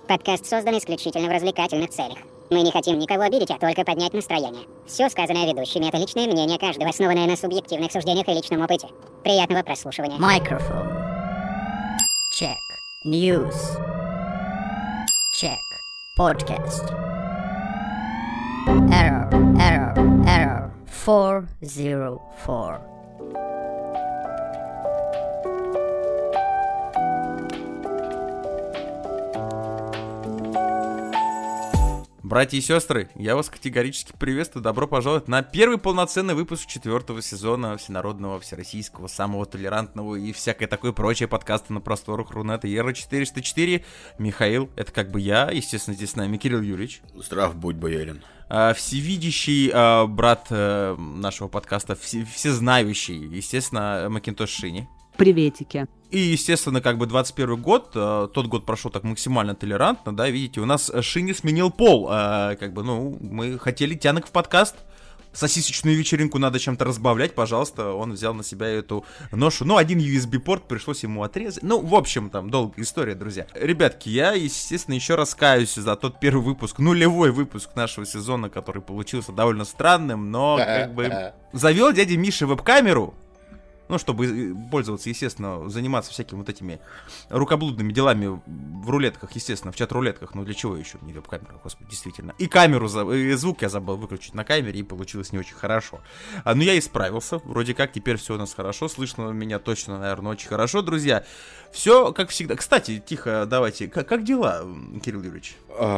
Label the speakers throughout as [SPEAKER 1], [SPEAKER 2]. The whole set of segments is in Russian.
[SPEAKER 1] Подкаст создан исключительно в развлекательных целях. Мы не хотим никого обидеть, а только поднять настроение. Все сказанное ведущими — это личное мнение каждого, основанное на субъективных суждениях и личном опыте. Приятного прослушивания.
[SPEAKER 2] Microphone. Check. News. Check. Podcast. Error. 404.
[SPEAKER 3] Братья и сестры, я вас категорически приветствую. Добро пожаловать на первый полноценный выпуск 4-го сезона всенародного, всероссийского, самого толерантного и всякое такое прочее подкаста на просторах Рунета Ера 404. Михаил, это как бы я, естественно, здесь с нами Кирилл Юрьевич.
[SPEAKER 4] Здрав будь, боярин.
[SPEAKER 3] Всевидящий брат нашего подкаста, всезнающий, естественно, Макинтош Шини.
[SPEAKER 5] Приветики.
[SPEAKER 3] И, естественно, как бы 21 год, тот год прошел так максимально толерантно, да, видите, у нас Шини сменил пол, мы хотели тянок в подкаст, сосисочную вечеринку надо чем-то разбавлять, пожалуйста, он взял на себя эту ношу, один USB-порт пришлось ему отрезать, в общем, там, долгая история, друзья. Ребятки, я, естественно, еще раз каюсь за тот первый выпуск, нулевой выпуск нашего сезона, который получился довольно странным, но, как бы, завел дядя Миша веб-камеру, чтобы пользоваться, естественно, заниматься всякими вот этими рукоблудными делами в рулетках, естественно, в чат-рулетках, для чего еще, не веб-камера, господи, действительно. И камеру, и звук я забыл выключить на камере, и получилось не очень хорошо. Но я исправился, вроде как, теперь все у нас хорошо, слышно меня точно, наверное, очень хорошо, друзья. Все как всегда. Кстати, тихо, давайте, как дела, Кирилл Юрьевич?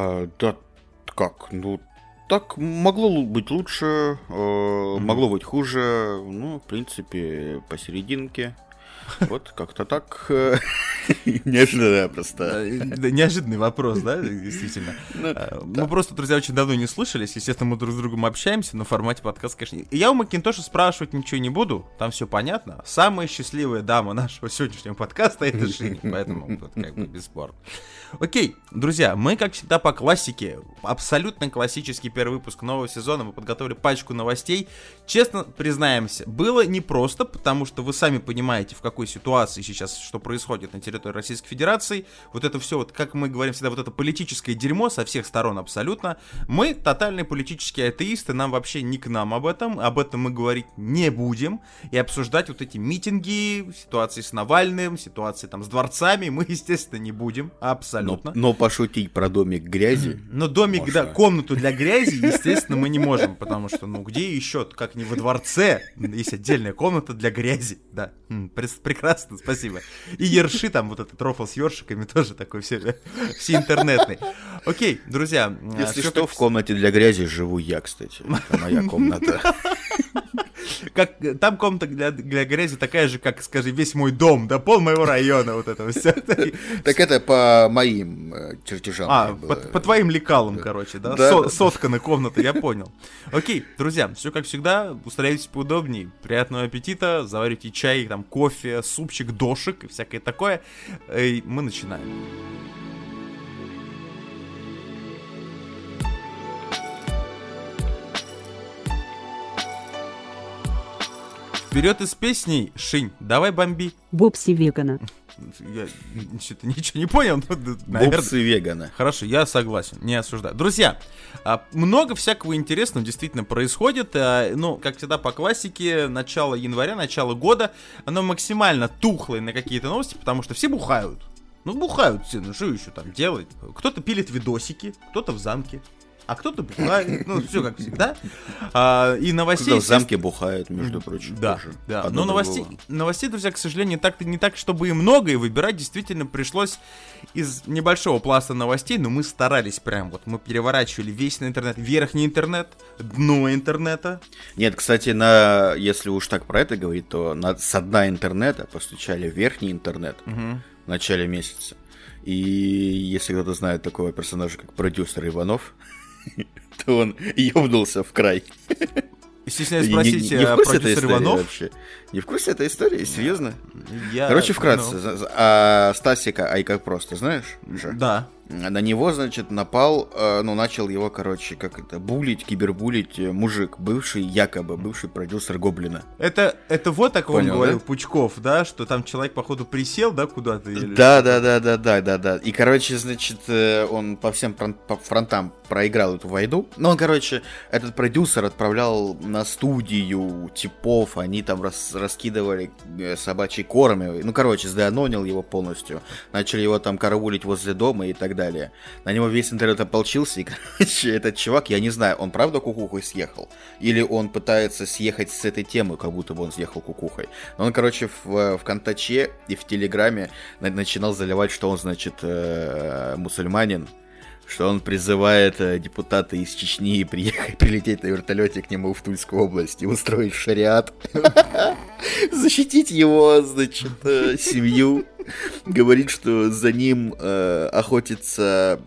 [SPEAKER 4] Так, могло быть лучше, могло быть хуже, в принципе, посерединке. Вот, как-то так. Неожиданно просто.
[SPEAKER 3] Неожиданный вопрос, да, действительно. Мы просто, друзья, очень давно не слышались. Естественно, мы друг с другом общаемся, но в формате подкаста, конечно. Я у Макинтоша спрашивать ничего не буду, там все понятно. Самая счастливая дама нашего сегодняшнего подкаста — это Шини, поэтому тут как бы бесспорно. Окей, друзья, мы, как всегда, по классике, абсолютно классический первый выпуск нового сезона, мы подготовили пачку новостей. Честно признаемся, было непросто, потому что вы сами понимаете, в какой ситуации сейчас, что происходит на территории Российской Федерации. Вот это все, как мы говорим всегда, вот это политическое дерьмо со всех сторон абсолютно. Мы тотальные политические атеисты, нам вообще не к нам об этом мы говорить не будем. И обсуждать вот эти митинги, ситуации с Навальным, ситуации там с дворцами мы, естественно, не будем. Абсолютно.
[SPEAKER 4] Но пошутить про домик грязи.
[SPEAKER 3] Но домик, да, комнату для грязи, естественно, мы не можем, потому что, где еще, как не во дворце, есть отдельная комната для грязи, да. Прекрасно, спасибо. И ерши, там вот этот рофл с ёршиками тоже такой все интернетный. Окей, друзья.
[SPEAKER 4] Если что, в комнате для грязи живу я, кстати. Это моя комната.
[SPEAKER 3] Там комната для грязи такая же, как, скажи, весь мой дом, да, пол моего района, вот это все.
[SPEAKER 4] Так это по моим чертежам.
[SPEAKER 3] По твоим лекалам, короче, да? Соткана комната, я понял. Окей, друзья, все как всегда, устраивайтесь поудобнее, приятного аппетита, заварите чай, там, кофе, супчик, дошик и всякое такое. И мы начинаем. Вперед из песней, Шинь, давай бомби.
[SPEAKER 5] Бобси вегана.
[SPEAKER 3] Я что-то ничего не понял, наверное.
[SPEAKER 4] Бобсы вегана.
[SPEAKER 3] Хорошо, я согласен, не осуждаю. Друзья, много всякого интересного действительно происходит. Как всегда по классике, начало января, начало года, оно максимально тухлое на какие-то новости, потому что все бухают. Бухают все, что еще там делать? Кто-то пилит видосики, кто-то в замке. А кто-то бухает, все как всегда. И новостей...
[SPEAKER 4] Кто в замке бухает, между прочим.
[SPEAKER 3] Да. Но новостей, друзья, к сожалению, не так, чтобы и много, и выбирать действительно пришлось из небольшого пласта новостей, но мы старались прям, мы переворачивали весь интернет, верхний интернет, дно интернета.
[SPEAKER 4] Нет, кстати, если уж так про это говорить, то со дна интернета постучали в верхний интернет в начале месяца. И если кто-то знает такого персонажа, как продюсер Иванов, то он ёбнулся в край.
[SPEAKER 3] Стесняюсь спросить, продюсер Иванов?
[SPEAKER 4] Вообще. Не в курсе этой истории? Серьезно? Короче, вкратце. Стасика, ай как просто, знаешь?
[SPEAKER 3] Да.
[SPEAKER 4] на него, значит, напал, начал его, булить, кибербулить мужик, якобы бывший продюсер Гоблина.
[SPEAKER 3] Это вот так он
[SPEAKER 4] Понял,
[SPEAKER 3] говорил,
[SPEAKER 4] да?
[SPEAKER 3] Пучков, да, что там человек, походу, присел, да, куда-то?
[SPEAKER 4] Да. И, значит, он по всем фронтам проиграл эту войну. Но он, этот продюсер отправлял на студию типов, они там раскидывали собачий корм. Сдеанонил его полностью. Начали его там караулить возле дома и так далее. На него весь интернет ополчился, и, этот чувак, я не знаю, он правда кукухой съехал? Или он пытается съехать с этой темы, как будто бы он съехал кукухой? Но он, в ВКонтаче и в Телеграме начинал заливать, что он, значит, мусульманин, что он призывает депутата из Чечни прилететь на вертолете к нему в Тульскую область и устроить шариат, защитить его, значит, семью. Говорит, что за ним охотится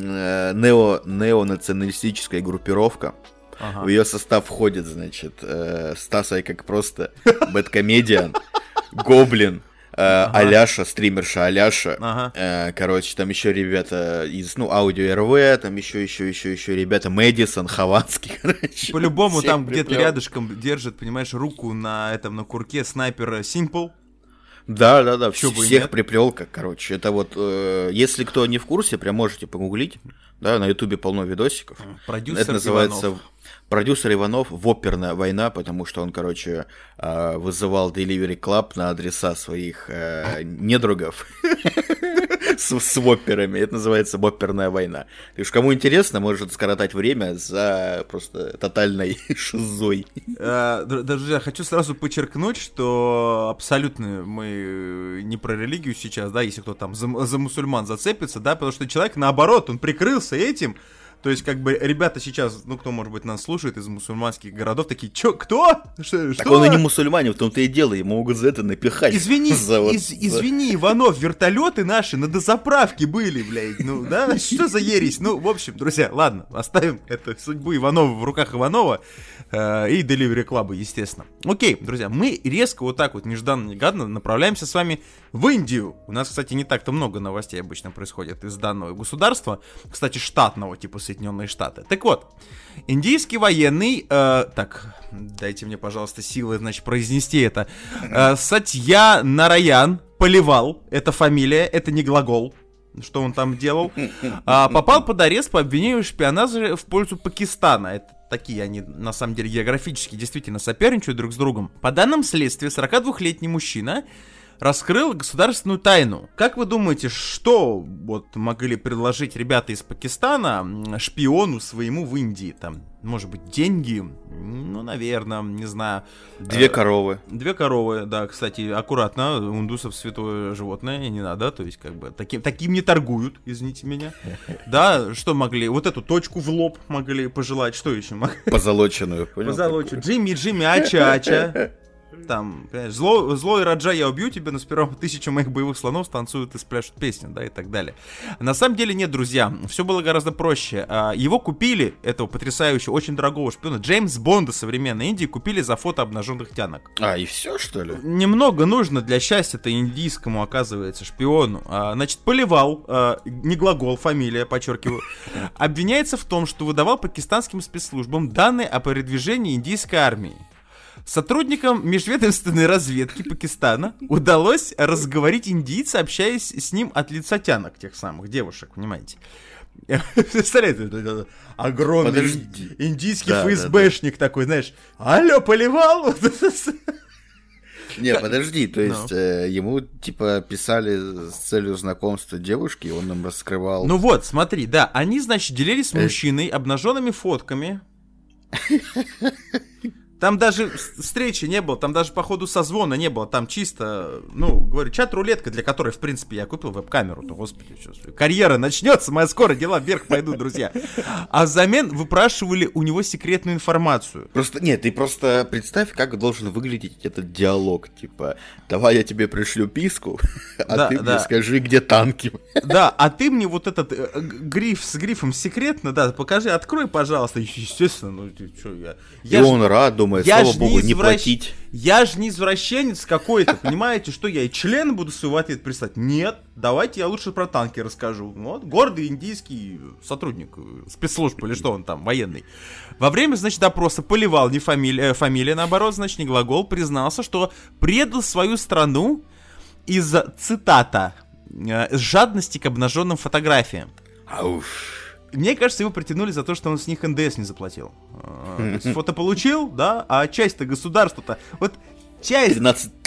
[SPEAKER 4] неонационалистическая группировка. Ага. В ее состав входит, значит, Стаса как просто Бэдкомедиан, Гоблин, Аляша, стримерша Аляша. Ага. Там еще ребята из, Аудио РВ, там еще ребята Мэдисон, Хованский,
[SPEAKER 3] По-любому там где-то рядышком держит, понимаешь, руку на курке снайпер Simple.
[SPEAKER 4] Да, всех приплел, это если кто не в курсе, прям можете погуглить, да, на ютубе полно видосиков.
[SPEAKER 3] Продюсер
[SPEAKER 4] это называется
[SPEAKER 3] Иванов.
[SPEAKER 4] Продюсер Иванов, вопперная война, потому что он, вызывал Delivery Club на адреса своих недругов с вопперами. Это называется вопперная война. Так что, кому интересно, может скоротать время за просто тотальной шизой.
[SPEAKER 3] Друзья, хочу сразу подчеркнуть, что абсолютно мы не про религию сейчас, да, если кто там за мусульман зацепится, да, потому что человек, наоборот, он прикрылся этим. То есть, ребята сейчас, кто, может быть, нас слушает из мусульманских городов, такие, кто? Что?
[SPEAKER 4] Так он и не мусульманин, в том-то и дело, ему могут за это напихать.
[SPEAKER 3] Извини, Иванов, вертолеты наши на дозаправке были, блядь, да, что за ересь? В общем, друзья, ладно, оставим это судьбу Иванова в руках Иванова и Delivery Club, естественно. Окей, друзья, мы резко нежданно-негаданно направляемся с вами в Индию. У нас, кстати, не так-то много новостей обычно происходит из данного государства, кстати, штатного, типа Соединенные Штаты. Так вот, индийский военный, дайте мне, пожалуйста, силы, произнести это, Сатья Нараян Поливал, это фамилия, это не глагол, что он там делал, попал под арест по обвинению в шпионаже в пользу Пакистана. Это такие они, на самом деле, географически действительно соперничают друг с другом. По данным следствия, 42-летний мужчина раскрыл государственную тайну. Как вы думаете, что могли предложить ребята из Пакистана шпиону своему в Индии? Там, может быть, деньги? Наверное, не знаю.
[SPEAKER 4] 2 коровы.
[SPEAKER 3] 2 коровы, да, кстати, аккуратно, у индусов святое животное, не надо, то есть, таким не торгуют, извините меня. Да, что могли? Вот эту точку в лоб могли пожелать, что еще могли?
[SPEAKER 4] Позолоченную, понял?
[SPEAKER 3] Позолоченную. Джимми, ача-ача. Там, понимаешь, злой Раджа, я убью тебя, но сперва 1000 моих боевых слонов станцуют и спляшут песню, да, и так далее. На самом деле нет, друзья, все было гораздо проще. Его купили, этого потрясающего, очень дорогого шпиона, Джеймс Бонда современной Индии, купили за фото обнаженных тянок.
[SPEAKER 4] И все, что ли?
[SPEAKER 3] Немного нужно для счастья-то индийскому, оказывается, шпиону. Значит, Поливал, не глагол, фамилия, подчеркиваю, обвиняется в том, что выдавал пакистанским спецслужбам данные о передвижении индийской армии. Сотрудникам межведомственной разведки Пакистана удалось разговорить индийца, общаясь с ним от лица тянок, тех самых девушек, понимаете? Представляете, огромный индийский ФСБшник такой, знаешь, алло, Поливал?
[SPEAKER 4] Не, подожди, то есть ему, писали с целью знакомства девушки, он им раскрывал...
[SPEAKER 3] Смотри, да, они, значит, делились с мужчиной обнаженными фотками. Там даже встречи не было, там даже, походу, созвона не было, там чисто, говорю, чат-рулетка, для которой, в принципе, я купил веб-камеру-то, господи, карьера начнется, моя скоро дела вверх пойдут, друзья. А взамен выпрашивали у него секретную информацию.
[SPEAKER 4] Ты просто представь, как должен выглядеть этот диалог, давай я тебе пришлю писку, а ты мне скажи, где танки.
[SPEAKER 3] Да, а ты мне вот этот гриф с грифом секретно, покажи, открой, пожалуйста, естественно,
[SPEAKER 4] И он рад, думает,
[SPEAKER 3] Я
[SPEAKER 4] слава
[SPEAKER 3] ж
[SPEAKER 4] богу,
[SPEAKER 3] не
[SPEAKER 4] не
[SPEAKER 3] извращ-
[SPEAKER 4] платить.
[SPEAKER 3] Я же не извращенец какой-то, понимаете, что я и член буду свой в ответ прислать? Нет, давайте я лучше про танки расскажу. Вот, гордый индийский сотрудник спецслужб или что он там, военный. Во время, значит, допроса Поливал, не фамилия, наоборот, значит, не глагол, признался, что предал свою страну из-за, цитата, жадности к обнаженным фотографиям. Мне кажется, его притянули за то, что он с них НДС не заплатил. То есть фото получил, да, а часть-то государства-то... Вот часть...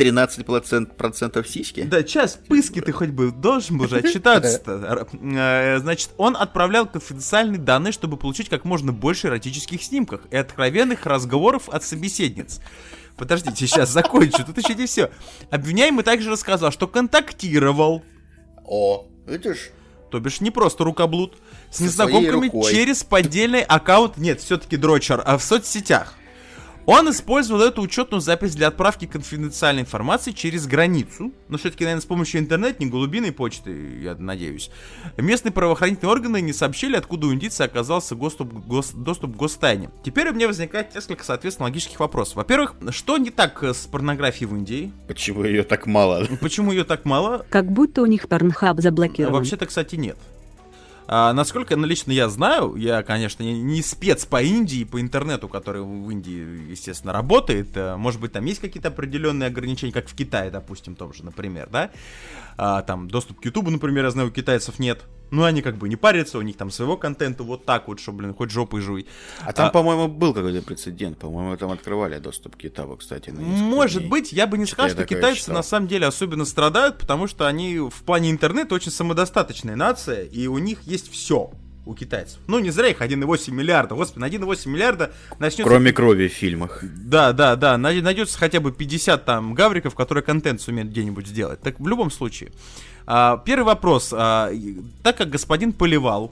[SPEAKER 4] 13% сиськи?
[SPEAKER 3] Да, часть пыски ты хоть бы должен был же отчитаться-то. Значит, он отправлял конфиденциальные данные, чтобы получить как можно больше эротических снимков и откровенных разговоров от собеседниц. Подождите, сейчас закончу, тут еще не все. Обвиняемый также рассказал, что контактировал,
[SPEAKER 4] О, видишь?
[SPEAKER 3] то бишь не просто рукоблуд, с
[SPEAKER 4] Со
[SPEAKER 3] незнакомками
[SPEAKER 4] своей рукой.
[SPEAKER 3] через поддельный аккаунт, нет, все-таки дрочер, а в соцсетях. Он использовал эту учетную запись для отправки конфиденциальной информации через границу, но все-таки, наверное, с помощью интернета, не голубиной почты, я надеюсь. Местные правоохранительные органы не сообщили, откуда у индийца оказался доступ к гостайне. Теперь у меня возникает несколько, соответственно, логических вопросов. Во-первых, что не так с порнографией в Индии?
[SPEAKER 4] Почему ее так мало?
[SPEAKER 3] Почему ее так мало?
[SPEAKER 5] Как будто у них Порнхаб заблокирован.
[SPEAKER 3] Вообще-то, кстати, нет. Насколько лично я знаю, я, конечно, не спец по Индии, по интернету, который в Индии, естественно, работает. Может быть, там есть какие-то определенные ограничения, как в Китае, допустим, том же, например, да? Там доступ к Ютубу, например, я знаю, у китайцев нет. Ну, они как бы не парятся, у них там своего контента вот так вот, что, блин, хоть жопой жуй.
[SPEAKER 4] А там, по-моему, был какой-то прецедент. По-моему, там открывали доступ к Ютубу, кстати. На несколько
[SPEAKER 3] Может
[SPEAKER 4] дней.
[SPEAKER 3] быть, я бы не сказал,
[SPEAKER 4] я
[SPEAKER 3] что
[SPEAKER 4] такое
[SPEAKER 3] китайцы
[SPEAKER 4] читал.
[SPEAKER 3] на самом деле особенно страдают, потому что они в плане интернета очень самодостаточная нация, и у них есть все у китайцев. Ну, не зря их 1,8 миллиарда. Господи, на 1,8 миллиарда начнется...
[SPEAKER 4] Кроме крови в фильмах.
[SPEAKER 3] Да, найдется хотя бы 50 там гавриков, которые контент сумеют где-нибудь сделать. Так в любом случае. Первый вопрос. Так как господин Поливал,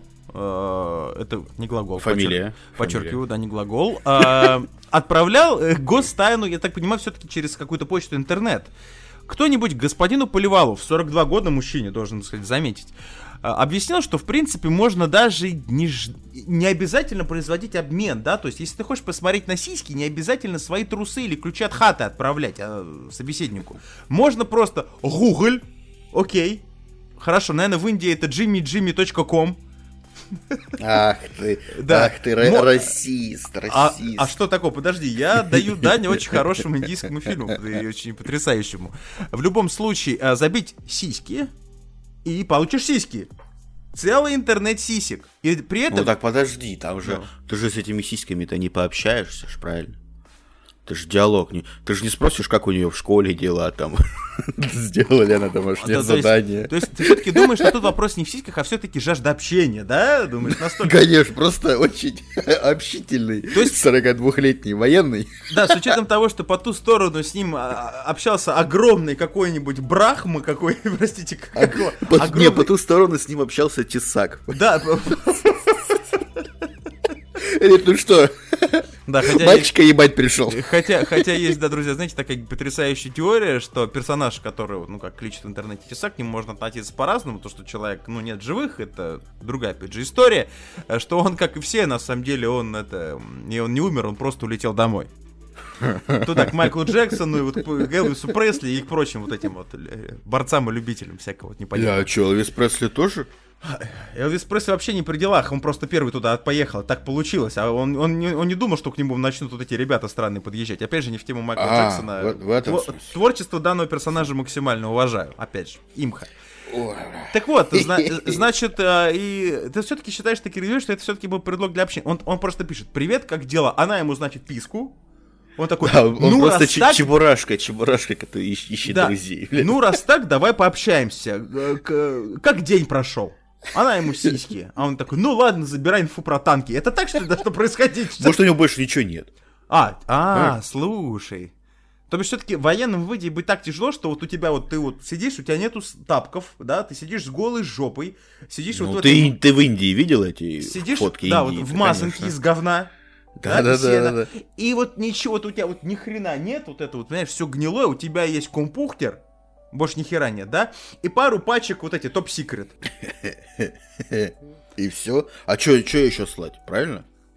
[SPEAKER 3] это не глагол,
[SPEAKER 4] Фамилия.
[SPEAKER 3] подчеркиваю, да, не глагол, отправлял гостайну, я так понимаю, все-таки через какую-то почту интернет. Кто-нибудь господину Поливалу, в 42 года мужчине, должен, сказать, заметить, объяснил, что, в принципе, можно даже не обязательно производить обмен, да, то есть, если ты хочешь посмотреть на сиськи, не обязательно свои трусы или ключи от хаты отправлять собеседнику. Можно просто Google, окей, хорошо, наверное, в Индии это jimmyjimmy.com.
[SPEAKER 4] Ах ты,
[SPEAKER 3] Да.
[SPEAKER 4] расист.
[SPEAKER 3] А что такое? Подожди, я даю дань очень хорошему индийскому фильму, и очень потрясающему. В любом случае, забить сиськи, и получишь сиськи. Целый интернет сисек. И при этом...
[SPEAKER 4] Ну так подожди, там же...
[SPEAKER 3] Ну.
[SPEAKER 4] Ты же с этими сиськами-то не пообщаешься ж, правильно? Ты же диалог не... Ты же не спросишь, как у нее в школе дела там. Сделала ли она домашнее задание.
[SPEAKER 3] То есть ты все-таки думаешь, что тут вопрос не в сиськах, а все-таки жажда общения, да? Думаешь, настолько...
[SPEAKER 4] Конечно, просто очень общительный.
[SPEAKER 3] То есть-
[SPEAKER 4] 42-летний военный.
[SPEAKER 3] Да, с учетом того, что по ту сторону с ним общался огромный какой-нибудь брахма, какой, простите, какого...
[SPEAKER 4] Не, по ту сторону с ним общался тесак.
[SPEAKER 3] Да,
[SPEAKER 4] Говорит, ну что,
[SPEAKER 3] да, хотя есть...
[SPEAKER 4] мальчика ебать пришел.
[SPEAKER 3] Хотя есть, да, друзья, знаете, такая потрясающая теория, что персонаж, который, ну, как кличет в интернете тесак, к нему можно относиться по-разному, то, что человек, ну, нет живых, это другая, опять же, история, что он, как и все, на самом деле, он не умер, он просто улетел домой. Туда, к Майклу Джексону, и вот к Элвису Пресли и к прочим вот этим вот борцам и любителям всякого вот непонятного.
[SPEAKER 4] А что, Элвис Пресли тоже?
[SPEAKER 3] Элвис Пресли вообще не при делах, он просто первый туда поехал, так получилось, а он не думал, что к нему начнут вот эти ребята странные подъезжать. Опять же, не в тему Майкла Джексона.
[SPEAKER 4] В этом смысле.
[SPEAKER 3] Творчество данного персонажа максимально уважаю, опять же, имха. Так вот, значит, и ты все-таки считаешь, что это все-таки был предлог для общения. Он просто пишет: «Привет, как дела?» Она ему, значит, писку. Он такой:
[SPEAKER 4] Да, он
[SPEAKER 3] ну,
[SPEAKER 4] просто
[SPEAKER 3] раз так,
[SPEAKER 4] чебурашка, который ищет
[SPEAKER 3] да,
[SPEAKER 4] друзей.
[SPEAKER 3] ну, раз так, давай пообщаемся. Как день прошел? Она ему сиськи. А он такой: ну ладно, забирай инфу про танки. Это так, что ли, должно происходить?
[SPEAKER 4] Может, у него больше ничего нет.
[SPEAKER 3] Слушай. То бишь, все-таки военным в Индии быть так тяжело, что вот у тебя вот ты вот сидишь, у тебя нету тапков, да, ты сидишь с голой жопой, сидишь вот в
[SPEAKER 4] ты
[SPEAKER 3] этом...
[SPEAKER 4] в Индии видел эти
[SPEAKER 3] Сидишь,
[SPEAKER 4] фотки
[SPEAKER 3] да,
[SPEAKER 4] Индии?
[SPEAKER 3] вот в масонке из говна.
[SPEAKER 4] Да.
[SPEAKER 3] И вот ничего, вот у тебя вот ни хрена нет, вот это вот, понимаешь, все гнилое, у тебя есть компьютер, больше ни хера нет, да, и пару пачек вот эти топ-секрет.
[SPEAKER 4] И все. А что еще слать, правильно?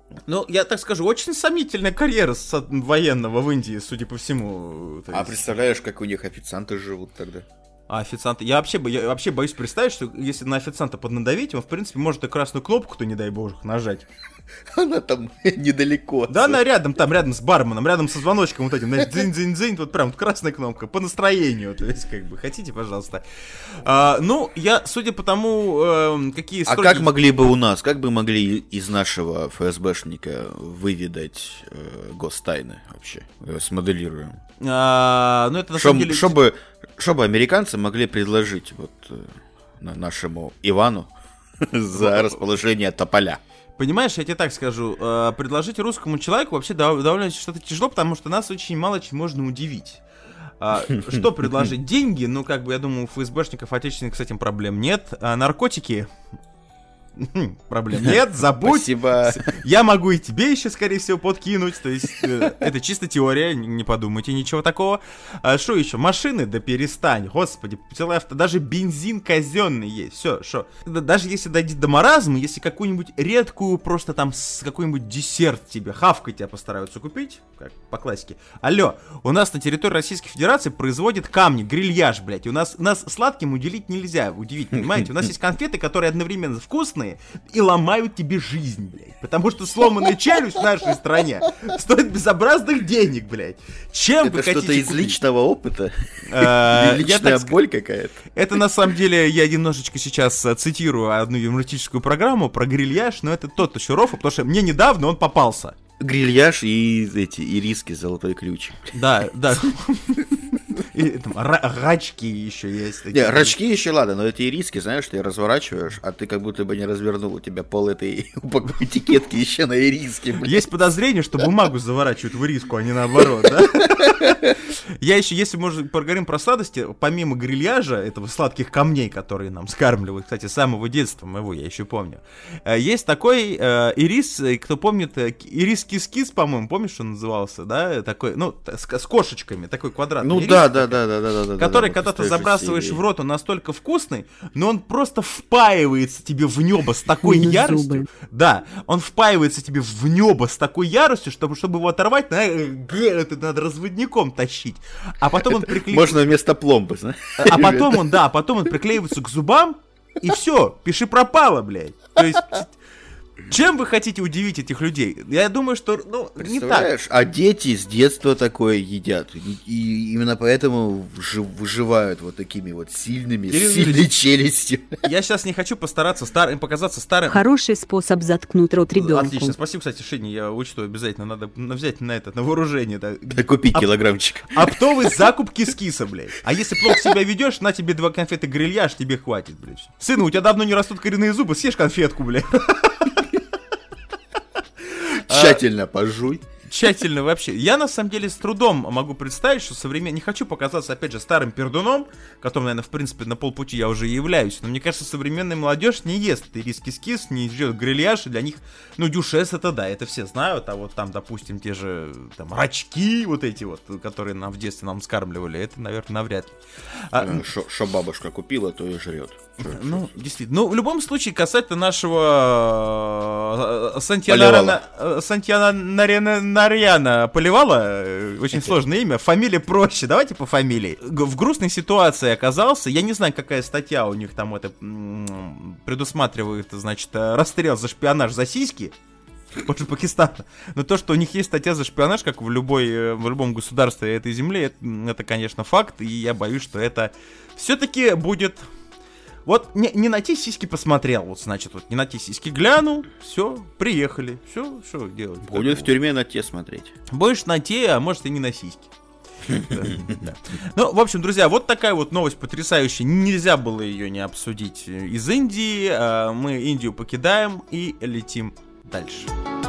[SPEAKER 3] Ну, я так скажу, очень сомнительная карьера военного в Индии, судя по всему.
[SPEAKER 4] А представляешь, как у них официанты живут тогда?
[SPEAKER 3] А официанты... Я вообще боюсь представить, что если на официанта поднадавить, он, в принципе, может и красную кнопку-то, не дай боже, нажать.
[SPEAKER 4] Она там недалеко.
[SPEAKER 3] Да, она рядом с барменом, рядом со звоночком вот этим, знаешь, дзынь-дзынь-дзынь, вот прям вот красная кнопка, по настроению, то есть, как бы, хотите, пожалуйста. Ну, я, судя по тому, какие...
[SPEAKER 4] А как могли бы у нас, как бы могли из нашего ФСБшника выведать гостайны вообще? Смоделируем.
[SPEAKER 3] Ну, это на самом деле...
[SPEAKER 4] Чтобы американцы могли предложить вот нашему Ивану за расположение тополя.
[SPEAKER 3] Понимаешь, я тебе так скажу, предложить русскому человеку вообще довольно что-то тяжело, потому что нас очень мало чем можно удивить. Что предложить? Деньги? Ну, как бы, я думаю, у ФСБшников отечественных с этим проблем нет. Наркотики? Проблем нет, забудь.
[SPEAKER 4] Спасибо.
[SPEAKER 3] Я могу и тебе еще, скорее всего, подкинуть. То есть, это чисто теория, не подумайте ничего такого. Что еще? Машины? Да перестань, господи. Целое авто, даже бензин казенный есть. Все, что? Даже если дойдет до маразма, если какую-нибудь редкую, просто там какой-нибудь десерт тебе, хавкой тебя постараются купить, как по классике. Алло, у нас на территории Российской Федерации производят камни, грильяж, блядь. У нас сладким уделить нельзя, удивить, понимаете? У нас есть конфеты, которые одновременно вкусные и ломают тебе жизнь, блядь. Потому что сломанная челюсть в нашей стране стоит безобразных денег, блядь. Чем
[SPEAKER 4] это
[SPEAKER 3] вы хотите
[SPEAKER 4] что-то из
[SPEAKER 3] купить?
[SPEAKER 4] личного опыта? Личная боль какая-то?
[SPEAKER 3] Это на самом деле, я немножечко сейчас цитирую одну юмористическую программу про грильяж, но это тот еще рофл, потому что мне недавно он попался.
[SPEAKER 4] Грильяж и эти ириски золотой ключ.
[SPEAKER 3] Да. И там рачки еще есть.
[SPEAKER 4] Не, рачки еще ладно, но эти ириски, знаешь, ты разворачиваешь, а ты как будто бы не развернул, у тебя пол этой этикетки еще на ириске.
[SPEAKER 3] Есть подозрение, что бумагу заворачивают в ириску, а не наоборот, да? Я еще, если мы поговорим про сладости, помимо грильяжа, этого сладких камней, которые нам скармливают, кстати, с самого детства моего, я еще помню, есть такой ирис, кто помнит, ирис кис-кис, по-моему, помнишь, что он назывался, да? Такой, ну, с кошечками, такой квадратный
[SPEAKER 4] ирис.
[SPEAKER 3] Да. Который,
[SPEAKER 4] да,
[SPEAKER 3] когда ты забрасываешь в рот, он настолько вкусный, но он просто впаивается тебе в небо с такой яростью. Да, он впаивается тебе в небо с такой яростью, чтобы его оторвать, это надо разводником тащить. А потом он приклеивается...
[SPEAKER 4] Можно вместо пломбы, знаешь?
[SPEAKER 3] А потом он приклеивается к зубам, и все, пиши пропало, блядь. То есть... Чем вы хотите удивить этих людей? Я думаю, что, не так.
[SPEAKER 4] А дети с детства такое едят. И именно поэтому выживают вот такими вот сильной челюстью.
[SPEAKER 3] Я сейчас не хочу показаться старым.
[SPEAKER 5] Хороший способ заткнуть рот ребенку.
[SPEAKER 3] Отлично, спасибо, кстати, Шине, я учту обязательно. Надо взять на вооружение.
[SPEAKER 4] Да купить килограммчик.
[SPEAKER 3] Оптовый закуп кис-киса, блядь. А если плохо себя ведешь, на тебе 2 конфеты грильяж, тебе хватит, блядь. Сына, у тебя давно не растут коренные зубы, съешь конфетку, блядь.
[SPEAKER 4] Тщательно пожуй.
[SPEAKER 3] Тщательно вообще. Я, на самом деле, с трудом могу представить, что не хочу показаться, опять же, старым пердуном, которым, наверное, в принципе, на полпути я уже являюсь, но мне кажется, современная молодежь не ест ирис-кис-кис, не жрет грильяж, и для них, дюшес это да, это все знают, а вот там, допустим, те же, там, рачки вот эти вот, которые нам в детстве нам скармливали, это, наверное, навряд ли.
[SPEAKER 4] Шо бабушка купила, то и жрет.
[SPEAKER 3] Действительно. В любом случае, касательно нашего Сантьяна Нарьяна Поливала, очень сложное имя, фамилия проще, давайте по фамилии. В грустной ситуации оказался, я не знаю, какая статья у них там предусматривает, значит, расстрел за шпионаж за сиськи. Больше Пакистана. Но то, что у них есть статья за шпионаж, как в любом государстве этой земли, это, конечно, факт, и я боюсь, что это все-таки будет... Вот не на те сиськи посмотрел, вот значит, вот не на те сиськи глянул, все, приехали, все, что делать?
[SPEAKER 4] Будет в тюрьме на те смотреть.
[SPEAKER 3] Будешь на те, а может и не на сиськи. Ну, в общем, друзья, вот такая вот новость потрясающая, нельзя было ее не обсудить из Индии, мы Индию покидаем и летим дальше.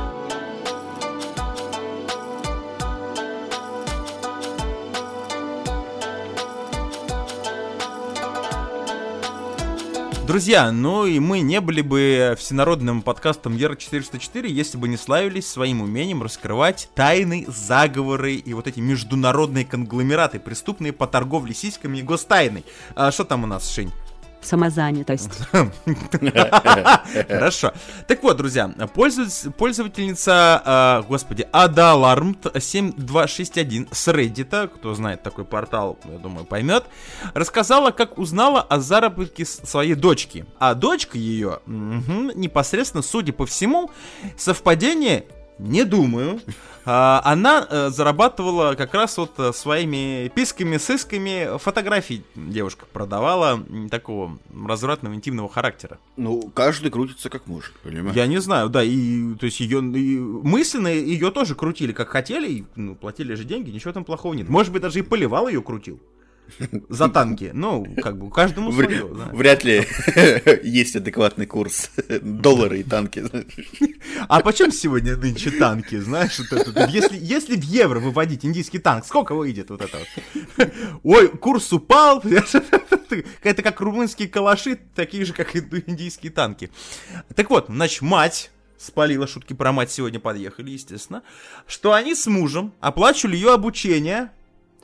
[SPEAKER 3] Друзья, и мы не были бы всенародным подкастом Ера-404, если бы не славились своим умением раскрывать тайны, заговоры и вот эти международные конгломераты, преступные по торговле сиськами и гостайной. Что там у нас, Шинь?
[SPEAKER 5] Самозанятость.
[SPEAKER 3] Хорошо. Так вот, друзья, пользовательница, Adalarmt7261 с Reddit, кто знает такой портал, я думаю, поймет, рассказала, как узнала о заработке своей дочки. А дочка ее, непосредственно, судя по всему, совпадение, не думаю, она зарабатывала как раз вот своими писками-сысками фотографий. Девушка продавала такого развратного интимного характера.
[SPEAKER 4] Ну, каждый крутится как может, понимаешь?
[SPEAKER 3] Я не знаю, да, и то есть ее мысленно ее тоже крутили как хотели, и, платили же деньги, ничего там плохого нет. Может быть, даже и поливал ее крутил. За танки. Ну, как бы, каждому свое. Да.
[SPEAKER 4] Вряд ли есть адекватный курс доллара и танки.
[SPEAKER 3] А почем сегодня нынче танки, знаешь? Вот это, если в евро выводить индийский танк, сколько выйдет вот это вот? Ой, курс упал. Это как румынские калаши, такие же, как и индийские танки. Так вот, значит, мать спалила, шутки про мать сегодня подъехали, естественно, что они с мужем оплачивали ее обучение.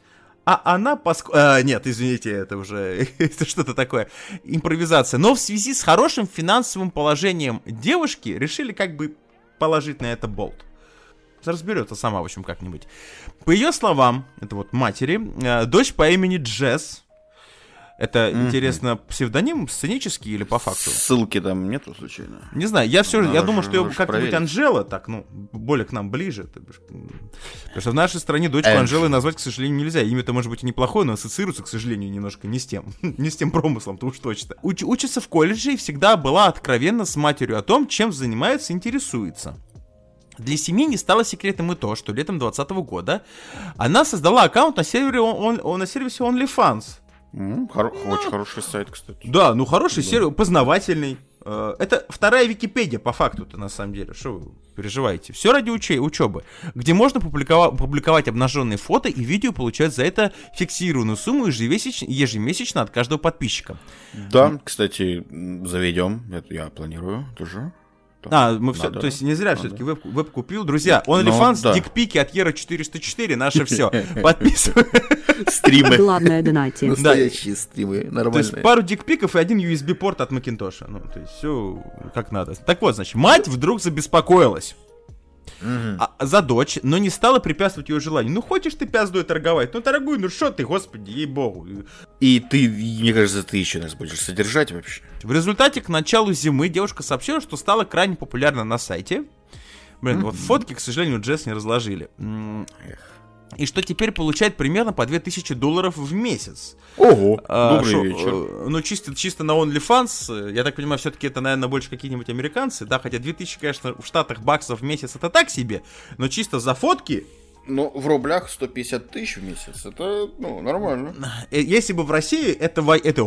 [SPEAKER 3] А она, нет, извините, это уже это что-то такое, импровизация. Но в связи с хорошим финансовым положением девушки решили как бы положить на это болт. Разберется сама, в общем, как-нибудь. По ее словам, это вот матери, дочь по имени Джесс. Это, интересно, псевдоним сценический или по факту?
[SPEAKER 4] Ссылки там нету, случайно?
[SPEAKER 3] Не знаю, я думал, что ее как-нибудь
[SPEAKER 4] проверить.
[SPEAKER 3] Анжела, так, более к нам ближе. Потому что в нашей стране дочку Анжелой назвать, к сожалению, нельзя. Имя-то может быть и неплохое, но ассоциируется, к сожалению, немножко не с тем. Не с тем промыслом-то уж точно. Учится в колледже и всегда была откровенна с матерью о том, чем занимается, интересуется. Для семьи не стало секретом и то, что летом 2020 года она создала аккаунт на сервере на сервисе OnlyFans.
[SPEAKER 4] Очень хороший сайт, кстати.
[SPEAKER 3] Да, хороший сервис, познавательный. Это вторая Википедия, по факту-то, на самом деле. Что вы переживаете? Все ради учебы. Где можно публиковать обнаженные фото и видео, получать за это фиксированную сумму ежемесячно от каждого подписчика.
[SPEAKER 4] Да, кстати, заведем. Это я планирую тоже.
[SPEAKER 3] Мы все, то есть не зря все-таки веб купил. Друзья, OnlyFans, дикпики от Ера 404, наше все. Подписывай.
[SPEAKER 4] Стримы.
[SPEAKER 5] Главное, донати.
[SPEAKER 4] Настоящие стримы, нормальные.
[SPEAKER 3] То есть пару дикпиков и один USB-порт от Макинтоша. То есть все как надо. Так вот, значит, мать вдруг забеспокоилась за дочь, но не стала препятствовать ее желанию. Хочешь ты пяздой торговать? Торгуй, что ты, господи, ей-богу.
[SPEAKER 4] И ты, мне кажется, ты еще нас будешь содержать вообще.
[SPEAKER 3] В результате к началу зимы девушка сообщила, что стала крайне популярна на сайте. Вот фотки, к сожалению, Джесс не разложили. И что теперь получает примерно по $2000 в месяц.
[SPEAKER 4] Ого, добрый вечер.
[SPEAKER 3] Чисто на OnlyFans, я так понимаю, все-таки это, наверное, больше какие-нибудь американцы, да, хотя 2000, конечно, в Штатах баксов в месяц это так себе, но чисто за фотки...
[SPEAKER 4] В рублях 150 тысяч в месяц, это, нормально.
[SPEAKER 3] Если бы в России, это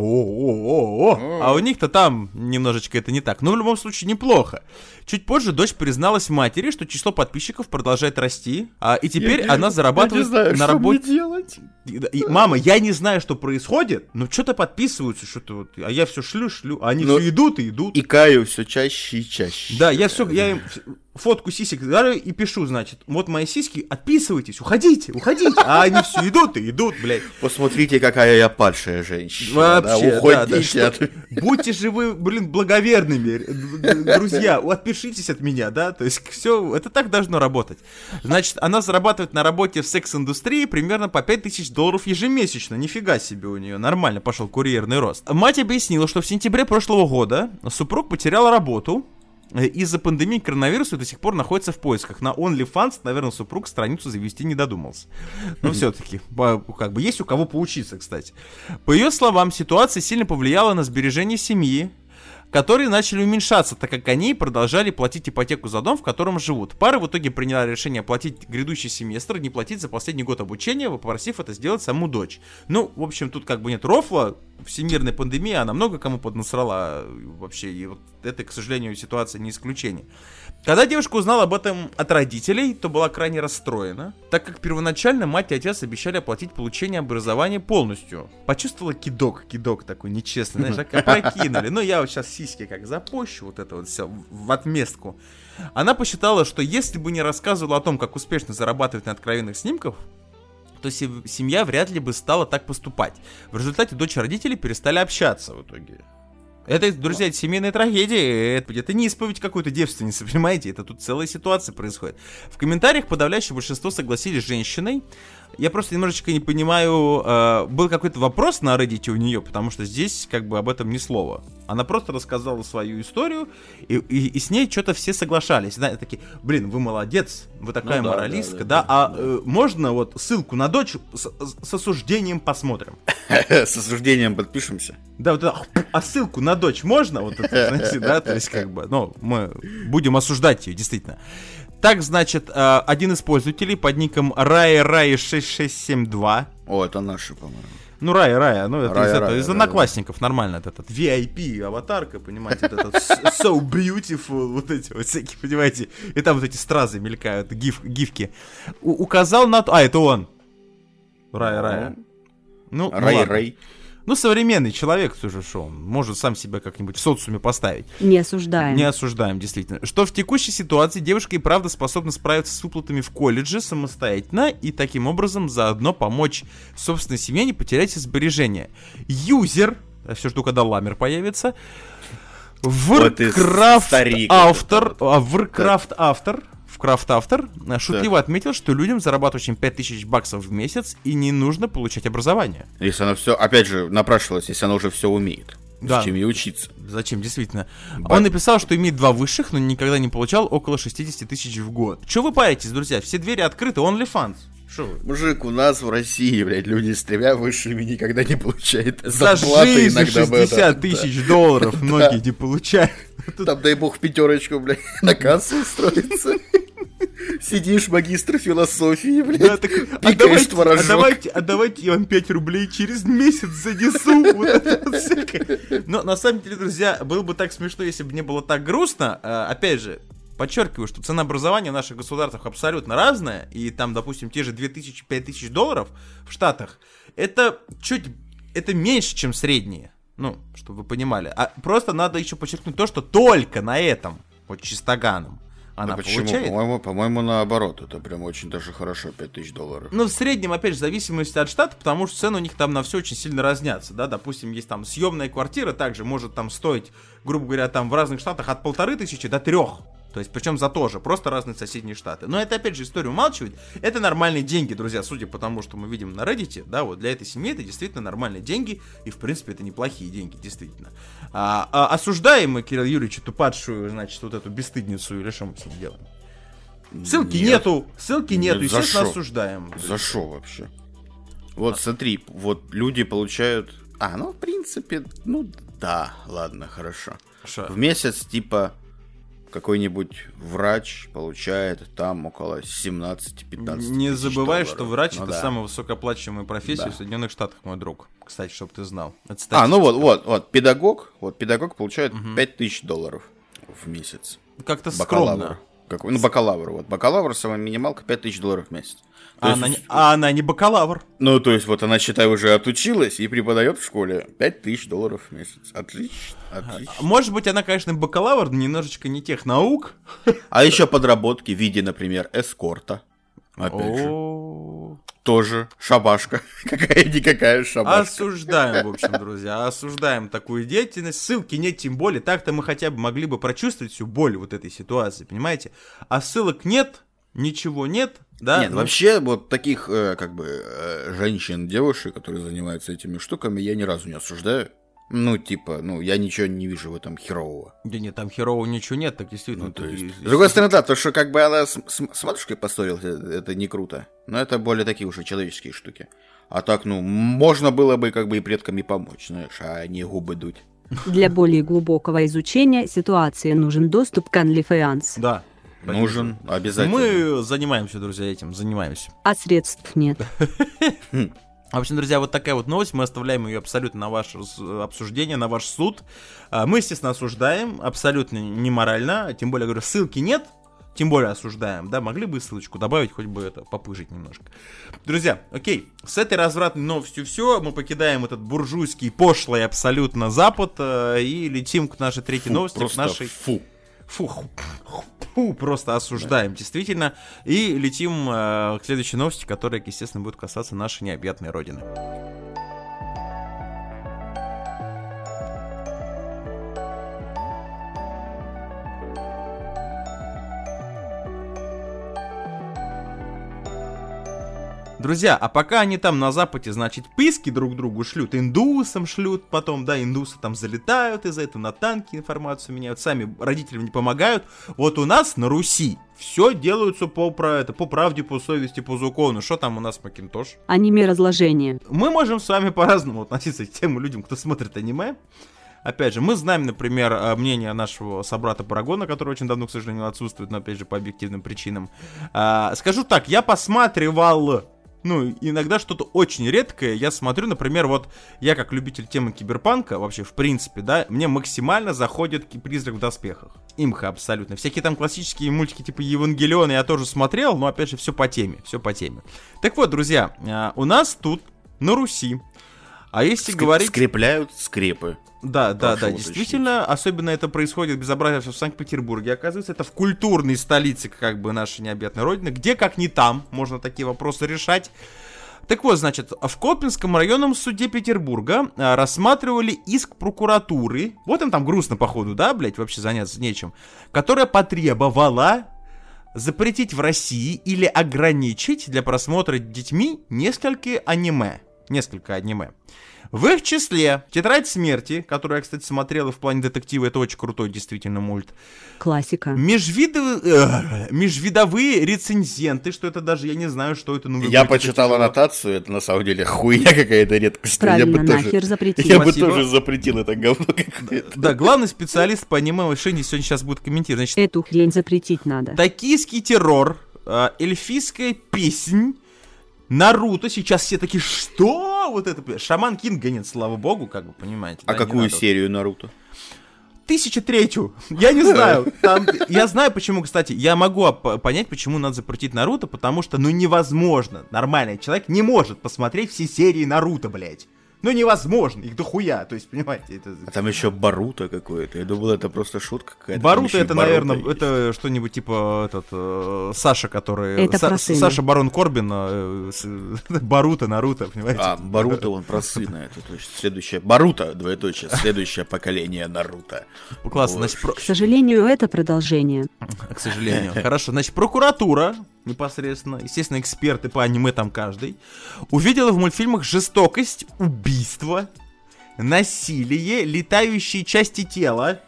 [SPEAKER 3] а у них-то там немножечко это не так. Но в любом случае неплохо. Чуть позже дочь призналась матери, что число подписчиков продолжает расти, и теперь она зарабатывает на работе.
[SPEAKER 4] Что мне делать?
[SPEAKER 3] Мама, я не знаю, что происходит, но что-то подписываются, что-то а я все шлю, а они все идут и идут.
[SPEAKER 4] И каю все чаще и чаще.
[SPEAKER 3] Да, я им фотку сисек дарю и пишу, значит, вот мои сиськи, отписывайтесь, уходите, а они все идут и идут, блядь.
[SPEAKER 4] Посмотрите, какая я падшая женщина.
[SPEAKER 3] Вообще,
[SPEAKER 4] уходите.
[SPEAKER 3] Будьте же вы, благоверными, друзья, отпишитесь от меня, да, то есть все, это так должно работать. Значит, она зарабатывает на работе в секс-индустрии примерно по $5000 ежемесячно, нифига себе у нее, нормально пошел курьерный рост. Мать объяснила, что в сентябре прошлого года супруг потерял работу, из-за пандемии коронавируса до сих пор находится в поисках. На OnlyFans, наверное, супруг страницу завести не додумался. Но все-таки, как бы, есть у кого поучиться, кстати. По ее словам, ситуация сильно повлияла на сбережения семьи, которые начали уменьшаться, так как они продолжали платить ипотеку за дом, в котором живут. Пара в итоге приняла решение платить грядущий семестр, не платить за последний год обучения, попросив это сделать саму дочь. В общем, тут как бы нет рофла. Всемирная пандемия, она много кому поднасрала вообще, и вот это, к сожалению, ситуация не исключение. Когда девушка узнала об этом от родителей, то была крайне расстроена, так как первоначально мать и отец обещали оплатить получение образования полностью. Почувствовала кидок такой нечестный, знаешь, опрокинули. Я вот сейчас сиськи как запущу, вот это вот все в отместку. Она посчитала, что если бы не рассказывала о том, как успешно зарабатывать на откровенных снимках, то семья вряд ли бы стала так поступать. В результате дочь и родители перестали общаться в итоге. Это, друзья, это семейная трагедия, это не исповедь какой-то девственницы, понимаете? Это тут целая ситуация происходит. В комментариях подавляющее большинство согласились с женщиной. Я просто немножечко не понимаю, был какой-то вопрос на Reddit у нее, потому что здесь как бы об этом ни слова. Она просто рассказала свою историю, и с ней что-то все соглашались. Да, такие, блин, вы молодец, вы такая моралистка, да, можно вот ссылку на дочь с осуждением посмотрим?
[SPEAKER 4] С осуждением подпишемся.
[SPEAKER 3] Да, вот это, а ссылку на дочь можно? Вот это, знаете, да, то есть как бы, ну, мы будем осуждать ее, действительно. Так, значит, один из пользователей под ником Рая6672.
[SPEAKER 4] О, это наши, по-моему.
[SPEAKER 3] Ну, Рая, ну, это из
[SPEAKER 4] Рая,
[SPEAKER 3] одноклассников, нормально, этот VIP аватарка, понимаете, этот so beautiful, вот эти вот всякие, понимаете, и там вот эти стразы мелькают, гифки. Указал на... это он. Рая. Ну,
[SPEAKER 4] Рай.
[SPEAKER 3] Ну, современный человек, слушай, что он может сам себя как-нибудь в социуме поставить.
[SPEAKER 5] Не осуждаем.
[SPEAKER 3] Не осуждаем, действительно. Что в текущей ситуации девушка и правда способна справиться с выплатами в колледже самостоятельно и таким образом заодно помочь собственной семье не потерять сбережения. Юзер, все жду, когда ламер появится, Варкрафт-автор шутливо отметил, что людям, зарабатывающим $5000 в месяц, и не нужно получать образование.
[SPEAKER 4] Если она все, опять же, напрашивалась, если она уже все умеет.
[SPEAKER 3] Да.
[SPEAKER 4] Зачем ей учиться?
[SPEAKER 3] Зачем, действительно. Он написал, что имеет 2 высших, но никогда не получал около 60 тысяч в год. Че вы паритесь, друзья? Все двери открыты, OnlyFans. Шо вы?
[SPEAKER 4] Мужик, у нас в России, блядь, люди с 3 высшими никогда не получают
[SPEAKER 3] за
[SPEAKER 4] зарплаты.
[SPEAKER 3] жизнь
[SPEAKER 4] Иногда
[SPEAKER 3] $60 тысяч многие не получают.
[SPEAKER 4] Там, дай бог, в 5, блядь, на кассу устроиться. Сидишь, магистр философии, блядь,
[SPEAKER 3] да, так,
[SPEAKER 4] пикаешь творожок.
[SPEAKER 3] Давайте я вам 5 рублей через месяц занесу. Вот это вот всякое. Но на самом деле, друзья, было бы так смешно, если бы не было так грустно. Опять же, подчеркиваю, что цена образования в наших государствах абсолютно разная. И там, допустим, те же $2000-5000 в Штатах, это меньше, чем средние. Ну, чтобы вы понимали. А просто надо еще подчеркнуть то, что только на этом, вот чистоганом, она получает.
[SPEAKER 4] По-моему, наоборот. Это прям очень даже хорошо, $5000.
[SPEAKER 3] Ну, в среднем, опять же, в зависимости от штата, потому что цены у них там на все очень сильно разнятся, да, допустим, есть там съемная квартира, также может там стоить, грубо говоря, там в разных штатах от 1500 до 3. То есть, причем за то же, просто разные соседние штаты. Но это, опять же, история умалчивает. Это нормальные деньги, друзья, судя по тому, что мы видим на Reddit, да, вот для этой семьи это действительно нормальные деньги, и, в принципе, это неплохие деньги, действительно. Осуждаем мы, Кирилл Юрьевич, эту падшую, значит, вот эту бесстыдницу, или что мы с ним делаем? Ссылки нету, естественно, осуждаем.
[SPEAKER 4] За что вообще? Вот смотри, вот люди получают... в принципе, да, ладно, хорошо.
[SPEAKER 3] Шо?
[SPEAKER 4] В месяц, типа... Какой-нибудь врач получает там около 17-15
[SPEAKER 3] Не забывай,
[SPEAKER 4] $1000.
[SPEAKER 3] что врач это самая высокооплачиваемая профессия в Соединенных Штатах, мой друг. Кстати, чтобы ты знал.
[SPEAKER 4] Вот, педагог получает $5000 в месяц.
[SPEAKER 3] Как-то скромно.
[SPEAKER 4] Бакалавр. Бакалавр, самая минималка $5000 в месяц.
[SPEAKER 3] Она не бакалавр.
[SPEAKER 4] Ну, то есть, вот она, считай, уже отучилась и преподает в школе $5000 в месяц. Отлично.
[SPEAKER 3] Может быть, она, конечно, бакалавр, но немножечко не тех наук.
[SPEAKER 4] А еще подработки в виде, например, эскорта. Опять же. Тоже шабашка. Какая-никакая шабашка.
[SPEAKER 3] Осуждаем, в общем, друзья, осуждаем такую деятельность. Ссылки нет, тем более. Так-то мы хотя бы могли бы прочувствовать всю боль вот этой ситуации, понимаете? А ссылок нет, ничего нет. Да?
[SPEAKER 4] Нет, вообще вот таких женщин, девушек, которые занимаются этими штуками, я ни разу не осуждаю. Я ничего не вижу в этом херового.
[SPEAKER 3] Да нет, там херового ничего нет, так действительно.
[SPEAKER 4] С другой стороны, да, то, что как бы она с матушкой поссорилась, это не круто. Но это более такие уже человеческие штуки. А так, можно было бы как бы и предками помочь, знаешь, а не губы дуть.
[SPEAKER 5] Для более глубокого изучения ситуации нужен доступ к OnlyFans.
[SPEAKER 3] Да.
[SPEAKER 4] Нужен, обязательно.
[SPEAKER 3] Мы занимаемся, друзья, этим, занимаемся.
[SPEAKER 5] А средств нет.
[SPEAKER 3] В общем, друзья, вот такая вот новость, мы оставляем ее абсолютно на ваше обсуждение, на ваш суд. Мы, естественно, осуждаем, абсолютно неморально, тем более, говорю, ссылки нет, тем более осуждаем, да, могли бы ссылочку добавить, хоть бы это, попыжить немножко. Друзья, окей, с этой развратной новостью все, мы покидаем этот буржуйский, пошлый абсолютно Запад и летим к нашей третьей новости, к нашей... Просто осуждаем, действительно. И летим к следующей новости, которая, естественно, будет касаться нашей необъятной родины. Друзья, а пока они там на Западе, значит, писки друг другу шлют, индусам шлют потом, да, индусы там залетают из-за этого, на танки информацию меняют, сами родителям не помогают. Вот у нас на Руси все делается по правде, по совести, по закону. Что там у нас, Макинтош?
[SPEAKER 5] Аниме разложение.
[SPEAKER 3] Мы можем с вами по-разному относиться к тем людям, кто смотрит аниме. Опять же, мы знаем, например, мнение нашего собрата Парагона, который очень давно, к сожалению, отсутствует, но, опять же, по объективным причинам. Скажу так, я посматривал... Ну, иногда что-то очень редкое я смотрю, например, вот я как любитель темы киберпанка, вообще, в принципе, да, мне максимально заходит «Призрак в доспехах». Имха абсолютно. Всякие там классические мультики типа «Евангелиона» я тоже смотрел, но, опять же, все по теме. Так вот, друзья, у нас тут, на Руси, а если говорить...
[SPEAKER 4] Скрепляют скрепы.
[SPEAKER 3] Да, действительно, особенно это происходит безобразие в Санкт-Петербурге, оказывается, это в культурной столице, как бы, нашей необъятной родины, где, как не там, можно такие вопросы решать. Так вот, значит, в Колпинском районном суде Петербурга рассматривали иск прокуратуры, вот им там грустно, походу, да, блять, вообще заняться нечем, которая потребовала запретить в России или ограничить для просмотра детьми несколько аниме. В их числе «Тетрадь смерти», которую я, кстати, смотрел и в плане детектива, это очень крутой действительно мульт.
[SPEAKER 5] Классика.
[SPEAKER 3] Межвидовые рецензенты, что это даже, я не знаю, что это. Ну,
[SPEAKER 4] я почитал аннотацию, это на самом деле хуйня какая-то редкость.
[SPEAKER 5] Правильно, нахер запретил.
[SPEAKER 4] Я бы тоже запретил это говно какое-то.
[SPEAKER 3] Да, главный специалист по аниме Шини сегодня сейчас будет комментировать. Значит,
[SPEAKER 5] эту хрень запретить надо.
[SPEAKER 3] Токийский террор, эльфийская песнь, Наруто, сейчас все такие, что? Вот это, Шаман Кинга нет, слава богу, как вы понимаете.
[SPEAKER 4] А да, какую серию Наруто?
[SPEAKER 3] 1003-ю, я не знаю. Я знаю, почему, кстати, я могу понять, почему надо запретить Наруто, потому что, ну, невозможно, нормальный человек не может посмотреть все серии Наруто, блядь. Ну, невозможно, их дохуя, то есть, понимаете, это...
[SPEAKER 4] А там еще Боруто какое-то, я думал, это просто шутка какая-то.
[SPEAKER 3] Боруто это, наверное, есть. Это что-нибудь типа Саша, который... Саша Барон Корбин, Боруто, Наруто, понимаете?
[SPEAKER 4] А, Боруто, он про сына, это точно. Следующее, Боруто, двоеточие, следующее поколение Наруто.
[SPEAKER 3] Классно, значит...
[SPEAKER 5] К сожалению, это продолжение.
[SPEAKER 3] К сожалению, хорошо, значит, прокуратура... непосредственно, естественно, эксперты по аниме там каждый, увидела в мультфильмах жестокость, убийство, насилие, летающие части тела.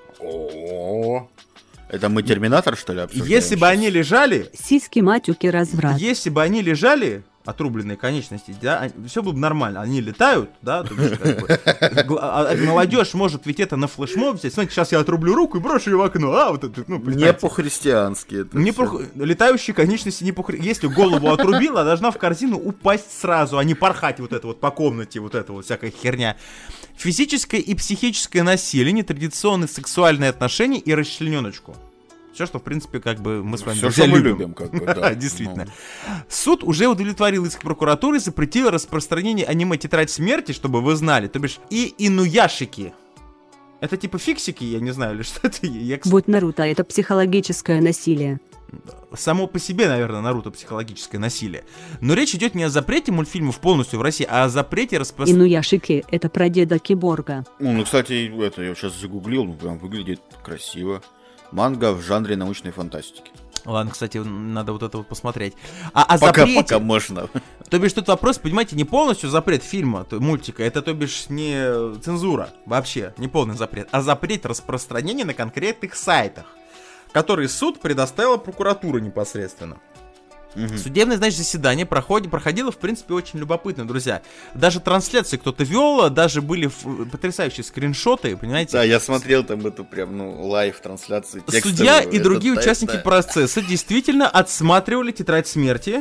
[SPEAKER 4] О, это мы Терминатор, что ли, обсуждаем?
[SPEAKER 3] Если бы они лежали...
[SPEAKER 5] Сиськи, матюки, разврат.
[SPEAKER 3] Если бы они лежали... отрубленные конечности, да, все было бы нормально. Они летают, да, то есть, как бы, молодежь может ведь это на флешмоб взять. Смотрите, сейчас я отрублю руку и брошу ее в окно. А, вот это, ну,
[SPEAKER 4] не по-христиански.
[SPEAKER 3] Летающие конечности не по-христиански. Если голову отрубила, должна в корзину упасть сразу, а не порхать вот это вот по комнате, вот это вот всякая херня. Физическое и психическое насилие, нетрадиционные сексуальные отношения и расчлененочку. Все, что, в принципе, как бы мы с вами
[SPEAKER 4] все, что мы любим, как бы, да.
[SPEAKER 3] Действительно. Суд уже удовлетворил иск прокуратуры и запретил распространение аниме «Тетрадь смерти», чтобы вы знали, то бишь и инуяшики. Это типа фиксики, я не знаю, или что это?
[SPEAKER 5] Вот Наруто, это психологическое насилие.
[SPEAKER 3] Само по себе, наверное, Наруто психологическое насилие. Но речь идет не о запрете мультфильмов полностью в России, а о запрете распространения...
[SPEAKER 5] Инуяшики, это прадеда Киборга.
[SPEAKER 4] Ну, кстати, это я сейчас загуглил, ну, прям выглядит красиво. Манга в жанре научной фантастики.
[SPEAKER 3] Ладно, кстати, надо вот это вот посмотреть.
[SPEAKER 4] Пока можно.
[SPEAKER 3] То бишь тут вопрос, понимаете, не полностью запрет фильма, мультика, это то бишь не цензура, вообще, не полный запрет, а запрет распространения на конкретных сайтах, который суд предоставила прокуратура непосредственно. Судебное, значит, заседание проходило, в принципе, очень любопытно, друзья. Даже трансляции кто-то вел, даже были потрясающие скриншоты, понимаете?
[SPEAKER 4] Да, я смотрел там эту прям, лайв-трансляцию.
[SPEAKER 3] Судья и другие участники процесса действительно отсматривали «Тетрадь смерти»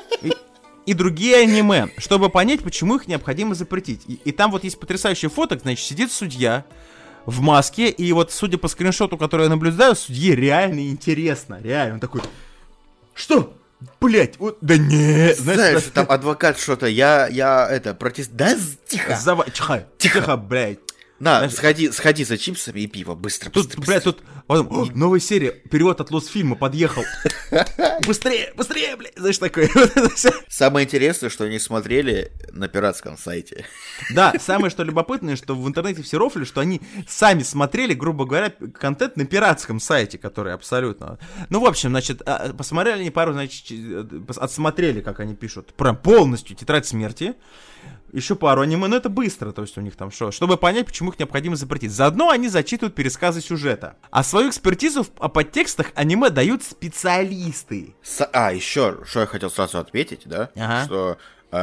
[SPEAKER 3] и другие аниме, чтобы понять, почему их необходимо запретить. И там вот есть потрясающий фоток, значит, сидит судья в маске, и вот, судя по скриншоту, который я наблюдаю, судье реально интересно, реально, он такой, что? Блять, вот, да не.
[SPEAKER 4] Знаешь, там адвокат что-то, я протест... Да, тихо.
[SPEAKER 3] Тихо, блять.
[SPEAKER 4] На, сходи за чипсами и пиво, быстро.
[SPEAKER 3] Тут, блядь, тут потом, новая серия, перевод от Лосфильма подъехал. Быстрее, блядь, знаешь, такое.
[SPEAKER 4] Самое интересное, что они смотрели на пиратском сайте.
[SPEAKER 3] Да, самое что любопытное, что в интернете все рофли, что они сами смотрели, грубо говоря, контент на пиратском сайте, который абсолютно... Ну, в общем, значит, посмотрели они пару, значит, отсмотрели, как они пишут, прям полностью «Тетрадь смерти». Еще пару аниме, но это быстро, то есть у них там что, чтобы понять, почему их необходимо запретить. Заодно они зачитывают пересказы сюжета. А свою экспертизу о подтекстах аниме дают специалисты.
[SPEAKER 4] Еще, что я хотел сразу отметить, да, что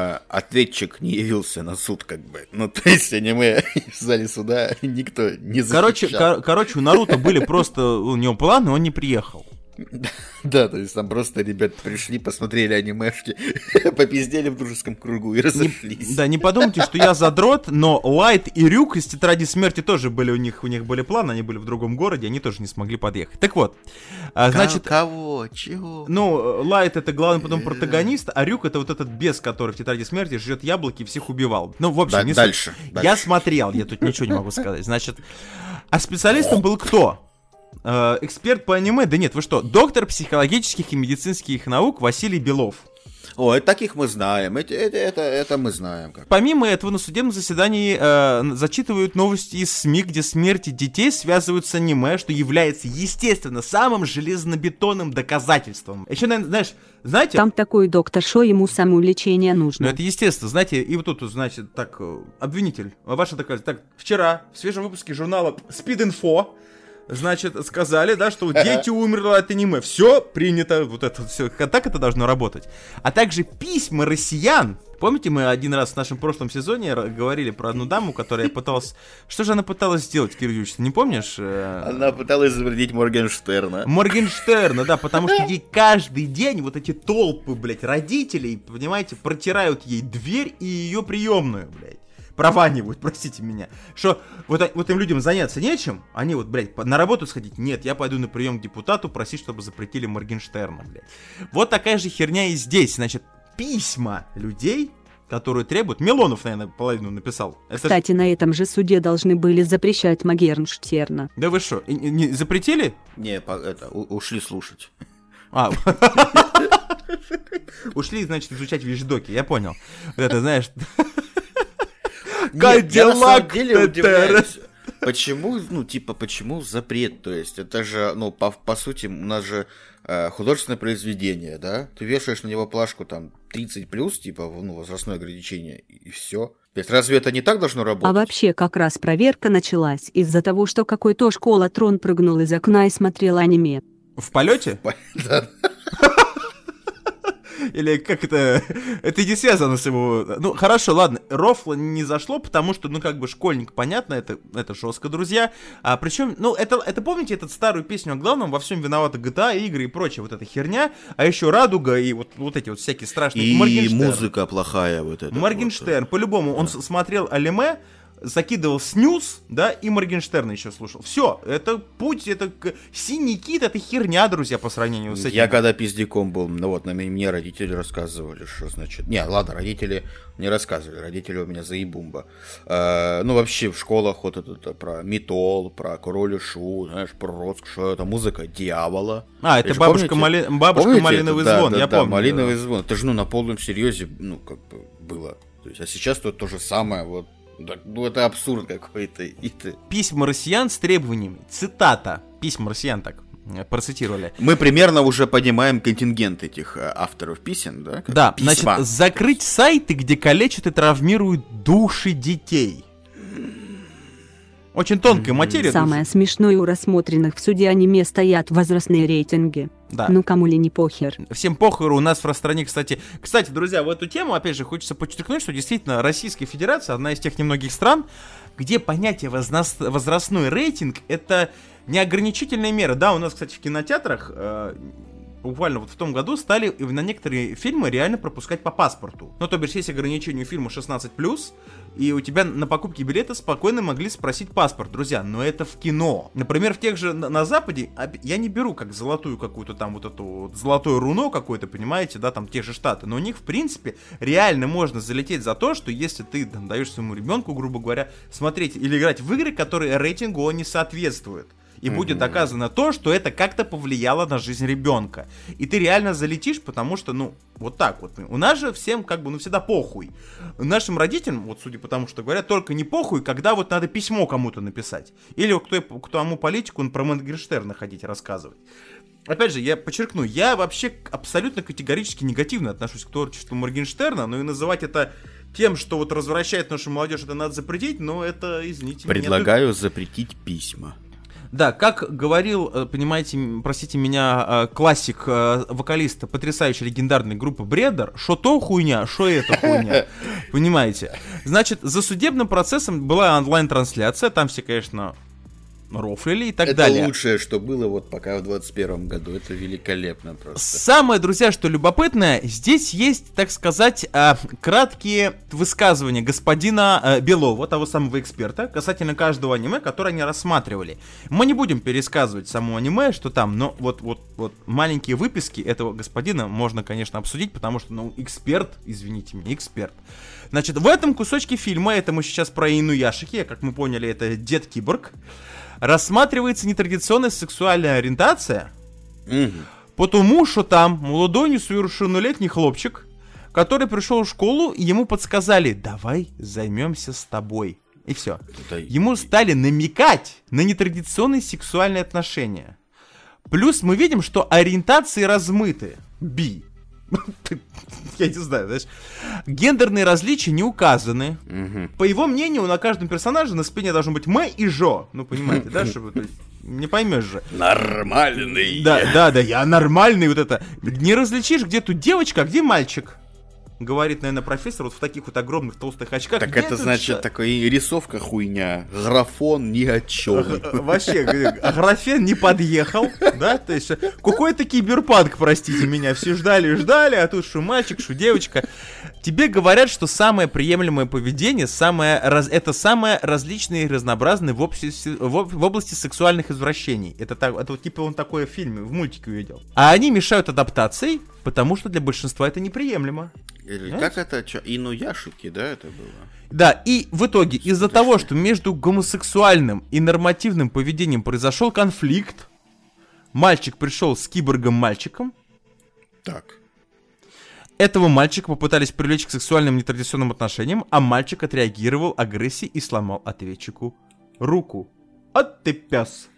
[SPEAKER 4] ответчик не явился на суд, как бы. Ну, то есть аниме в зале суда никто не защищал.
[SPEAKER 3] Короче, у Наруто были просто, у него планы, он не приехал.
[SPEAKER 4] Да, то есть там просто ребят пришли, посмотрели анимешки, попиздели в дружеском кругу и разошлись.
[SPEAKER 3] Да, не подумайте, что я задрот, но Лайт и Рюк из «Тетради смерти» тоже были у них были планы, они были в другом городе, они тоже не смогли подъехать. Так вот, значит...
[SPEAKER 4] Кого? Чего?
[SPEAKER 3] Ну, Лайт — это главный потом протагонист, а Рюк — это вот этот бес, который в «Тетради смерти» жрет яблоки и всех убивал. Ну, в общем,
[SPEAKER 4] дальше.
[SPEAKER 3] Я смотрел, я тут ничего не могу сказать. Значит, а специалистом был кто? Эксперт по аниме? Да нет, вы что? Доктор психологических и медицинских наук Василий Белов.
[SPEAKER 4] Ой, таких мы знаем, это мы знаем. Как.
[SPEAKER 3] Помимо этого, на судебном заседании зачитывают новости из СМИ, где смерти детей связывают с аниме, что является, естественно, самым железнобетонным доказательством. Еще, наверное, знаете...
[SPEAKER 5] Там такой доктор, что ему самоулечение нужно.
[SPEAKER 3] Ну, это естественно, знаете, и вот тут, значит, так, обвинитель, ваша такая, так, вчера в свежем выпуске журнала Speed Info, значит, сказали, да, что дети умерли от аниме. Все принято, вот это все. Так это должно работать. А также письма россиян. Помните, мы один раз в нашем прошлом сезоне говорили про одну даму, которая пыталась... Что же она пыталась сделать, Кирилл Юрьевич, ты не помнишь?
[SPEAKER 4] Она пыталась запретить Моргенштерна.
[SPEAKER 3] Моргенштерна, да, потому что ей каждый день вот эти толпы, блядь, родителей, понимаете, протирают ей дверь и ее приемную, блядь. Прованивают, простите меня, что вот этим людям заняться нечем, они вот, блядь, на работу сходить, нет, я пойду на прием к депутату просить, чтобы запретили Моргенштерна, блядь. Вот такая же херня и здесь, значит, письма людей, которые требуют, Милонов, наверное, половину написал.
[SPEAKER 5] Кстати, на этом же суде должны были запрещать Моргенштерна.
[SPEAKER 3] Да вы что, не запретили?
[SPEAKER 4] Не, ушли слушать.
[SPEAKER 3] Ушли, значит, изучать вещдоки, я понял. Вот это, знаешь...
[SPEAKER 4] Нет, я на самом деле удивляюсь, почему запрет, то есть, это же, ну, по сути, у нас же художественное произведение, да, ты вешаешь на него плашку, там, 30+, типа, ну, возрастное ограничение, и все. Разве это не так должно работать?
[SPEAKER 5] А вообще, как раз проверка началась из-за того, что какой-то школа-трон прыгнул из окна и смотрел аниме.
[SPEAKER 3] В полете?
[SPEAKER 4] Да.
[SPEAKER 3] Или как это не связано с его... Ну, хорошо, ладно, рофла не зашло, потому что, ну, как бы, школьник, понятно, это жестко, друзья. Причем, ну, это помните эту старую песню о главном, во всем виноваты GTA, игры и прочее, вот эта херня, а еще Радуга и вот эти вот всякие страшные...
[SPEAKER 4] И музыка плохая вот эта.
[SPEAKER 3] Моргенштерн, по-любому, он смотрел аниме, закидывал снюс, да, и Моргенштерна еще слушал. Все, это путь, это синий кит, это херня, друзья, по сравнению с этим.
[SPEAKER 4] Я когда пиздяком был, ну вот, мне родители рассказывали, что значит... Не, ладно, родители не рассказывали, родители у меня заебумба. Ну, вообще, в школах вот это про Метол, про Король и Шут, знаешь, про Роцк, что это музыка дьявола.
[SPEAKER 3] Это бабушка Малиновый звон, я помню.
[SPEAKER 4] Малиновый звон, это же, ну, на полном серьезе, ну, как бы, было. То есть, а сейчас тут то же самое, вот. Ну, это абсурд какой-то.
[SPEAKER 3] Письма россиян с требованиями. Цитата. Письма россиян так процитировали.
[SPEAKER 4] Мы примерно уже понимаем контингент этих авторов писем, да?
[SPEAKER 3] Да, письма. Значит, закрыть сайты, где калечат и травмируют души детей. Очень тонкая материя.
[SPEAKER 5] Самое смешное, у рассмотренных в суде аниме стоят возрастные рейтинги.
[SPEAKER 3] Да.
[SPEAKER 5] Ну кому ли не похер.
[SPEAKER 3] Всем похеру. У нас в стране, кстати, друзья, в эту тему, опять же, хочется подчеркнуть, что действительно Российская Федерация одна из тех немногих стран, где понятие возрастной рейтинг — это не ограничительная мера. Да, у нас, кстати, в кинотеатрах буквально вот в том году стали на некоторые фильмы реально пропускать по паспорту. Ну, то бишь, есть ограничение у фильма 16+, и у тебя на покупке билета спокойно могли спросить паспорт, друзья, но это в кино. Например, в тех же на Западе, я не беру как золотую какую-то там вот эту вот золотое руно какое-то, понимаете, да, там те же Штаты, но у них, в принципе, реально можно залететь за то, что если ты там даешь своему ребенку, грубо говоря, смотреть или играть в игры, которые рейтингу не соответствуют. И будет доказано то, что это как-то повлияло на жизнь ребенка. И ты реально залетишь, потому что, ну, вот так вот. У нас же всем как бы, ну, всегда похуй. Нашим родителям, вот судя по тому, что говорят, только не похуй, когда вот надо письмо кому-то написать. Или к тому политику про Моргенштерна ходить рассказывать. Опять же, я подчеркну, я вообще абсолютно категорически негативно отношусь к творчеству Моргенштерна, но и называть это тем, что вот развращает нашу молодежь, это надо запретить, но это, извините меня...
[SPEAKER 4] Предлагаю запретить письма.
[SPEAKER 3] Да, как говорил, понимаете, простите меня, классик, вокалист потрясающей легендарной группы Бредер, шо то хуйня, шо это хуйня, понимаете. Значит, за судебным процессом была онлайн-трансляция, там все, конечно, рофлили и так далее.
[SPEAKER 4] Это лучшее, что было вот пока в 21 году, это великолепно просто.
[SPEAKER 3] Самое, друзья, что любопытное, здесь есть, так сказать, краткие высказывания господина Белова, того самого эксперта, касательно каждого аниме, которое они рассматривали. Мы не будем пересказывать само аниме, что там, но вот маленькие выписки этого господина можно, конечно, обсудить, потому что, ну, эксперт, извините меня, эксперт. Значит, в этом кусочке фильма, это мы сейчас про Инуяшики, как мы поняли, это Дед Киборг, рассматривается нетрадиционная сексуальная ориентация, потому что там молодой несовершеннолетний хлопчик, который пришел в школу, и ему подсказали: давай займемся с тобой. И все. Ему стали намекать на нетрадиционные сексуальные отношения. Плюс мы видим, что ориентации размыты. Би. Я не знаю, знаешь. Гендерные различия не указаны. По его мнению, на каждом персонаже на спине должно быть Мэ и Жо. Ну, понимаете, да, чтобы... Не поймешь же.
[SPEAKER 4] Нормальный.
[SPEAKER 3] Да, я нормальный, вот это. Не различишь, где тут девочка, а где мальчик. Говорит, наверное, профессор вот в таких вот огромных толстых очках.
[SPEAKER 4] Так это значит, такая рисовка хуйня. Графон ни о чем.
[SPEAKER 3] Вообще, графен не подъехал, да? То есть, какой-то киберпанк, простите меня. Все ждали, а тут что мальчик, что девочка. Тебе говорят, что самое приемлемое поведение, это самое различное и разнообразное в области сексуальных извращений. Это вот типа он такое в фильме, в мультике увидел. А они мешают адаптации, потому что для большинства это неприемлемо.
[SPEAKER 4] Как это? Инуяшики, да, это было?
[SPEAKER 3] Да, и в итоге из-за того, что между гомосексуальным и нормативным поведением произошел конфликт, мальчик пришел с киборгом-мальчиком.
[SPEAKER 4] Так.
[SPEAKER 3] Этого мальчика попытались привлечь к сексуальным нетрадиционным отношениям, а мальчик отреагировал агрессией и сломал ответчику руку. От ты пес.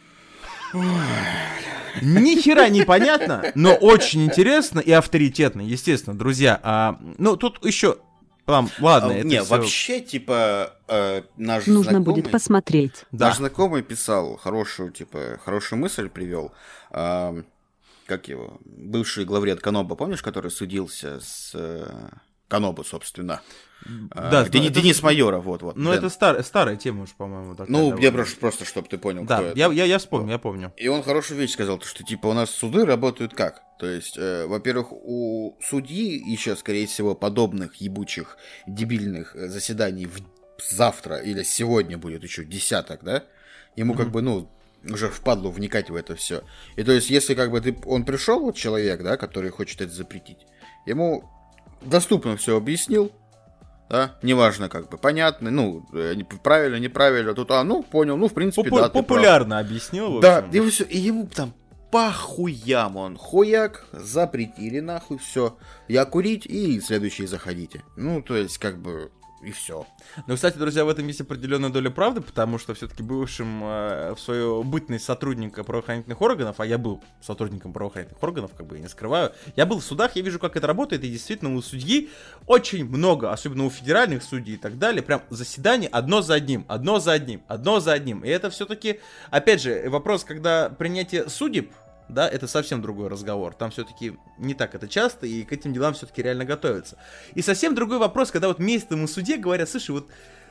[SPEAKER 3] Ни хера не понятно, но очень интересно и авторитетно, естественно, друзья. Ну, тут еще... Ладно, это
[SPEAKER 4] не,
[SPEAKER 3] все...
[SPEAKER 4] вообще, типа, наш
[SPEAKER 5] Нужно
[SPEAKER 4] знакомый...
[SPEAKER 5] будет посмотреть.
[SPEAKER 3] Да.
[SPEAKER 4] Наш знакомый писал хорошую мысль привел. Как его? Бывший главред Каноба, помнишь, который судился с Канобу, собственно?
[SPEAKER 3] Да,
[SPEAKER 4] Денис Майоров, вот.
[SPEAKER 3] Ну, это старая тема уж, по-моему. Такая,
[SPEAKER 4] ну, я просто, чтобы ты понял,
[SPEAKER 3] да,
[SPEAKER 4] кто это.
[SPEAKER 3] Я вспомнил, я помню.
[SPEAKER 4] И он хорошую вещь сказал, что, типа, у нас суды работают как? То есть, во-первых, у судьи еще, скорее всего, подобных ебучих, дебильных заседаний завтра или сегодня будет еще десяток, да? Ему как бы, ну, уже впадло вникать в это все. И то есть, если как бы он пришел, вот человек, да, который хочет это запретить, ему доступно все объяснил, да, неважно, как бы, понятно, ну, правильно, неправильно, тут, ну, понял, ну, в принципе, да,
[SPEAKER 3] популярно объяснил.
[SPEAKER 4] Да, и все, и ему там по хуям он, хуяк, запретили, нахуй, все, я курить, и следующие заходите. Ну, то есть, как бы, и все.
[SPEAKER 3] Ну, кстати, друзья, в этом есть определенная доля правды, потому что все-таки бывшим в свою бытность сотрудника правоохранительных органов, а я был сотрудником правоохранительных органов, как бы я не скрываю, я был в судах, я вижу, как это работает, и действительно у судьи очень много, особенно у федеральных судей и так далее, прям заседаний одно за одним. И это все-таки, опять же, вопрос, когда принятие судеб, да, это совсем другой разговор. Там все-таки не так это часто, и к этим делам все-таки реально готовятся. И совсем другой вопрос, когда вот местному суде говорят: слушай, вот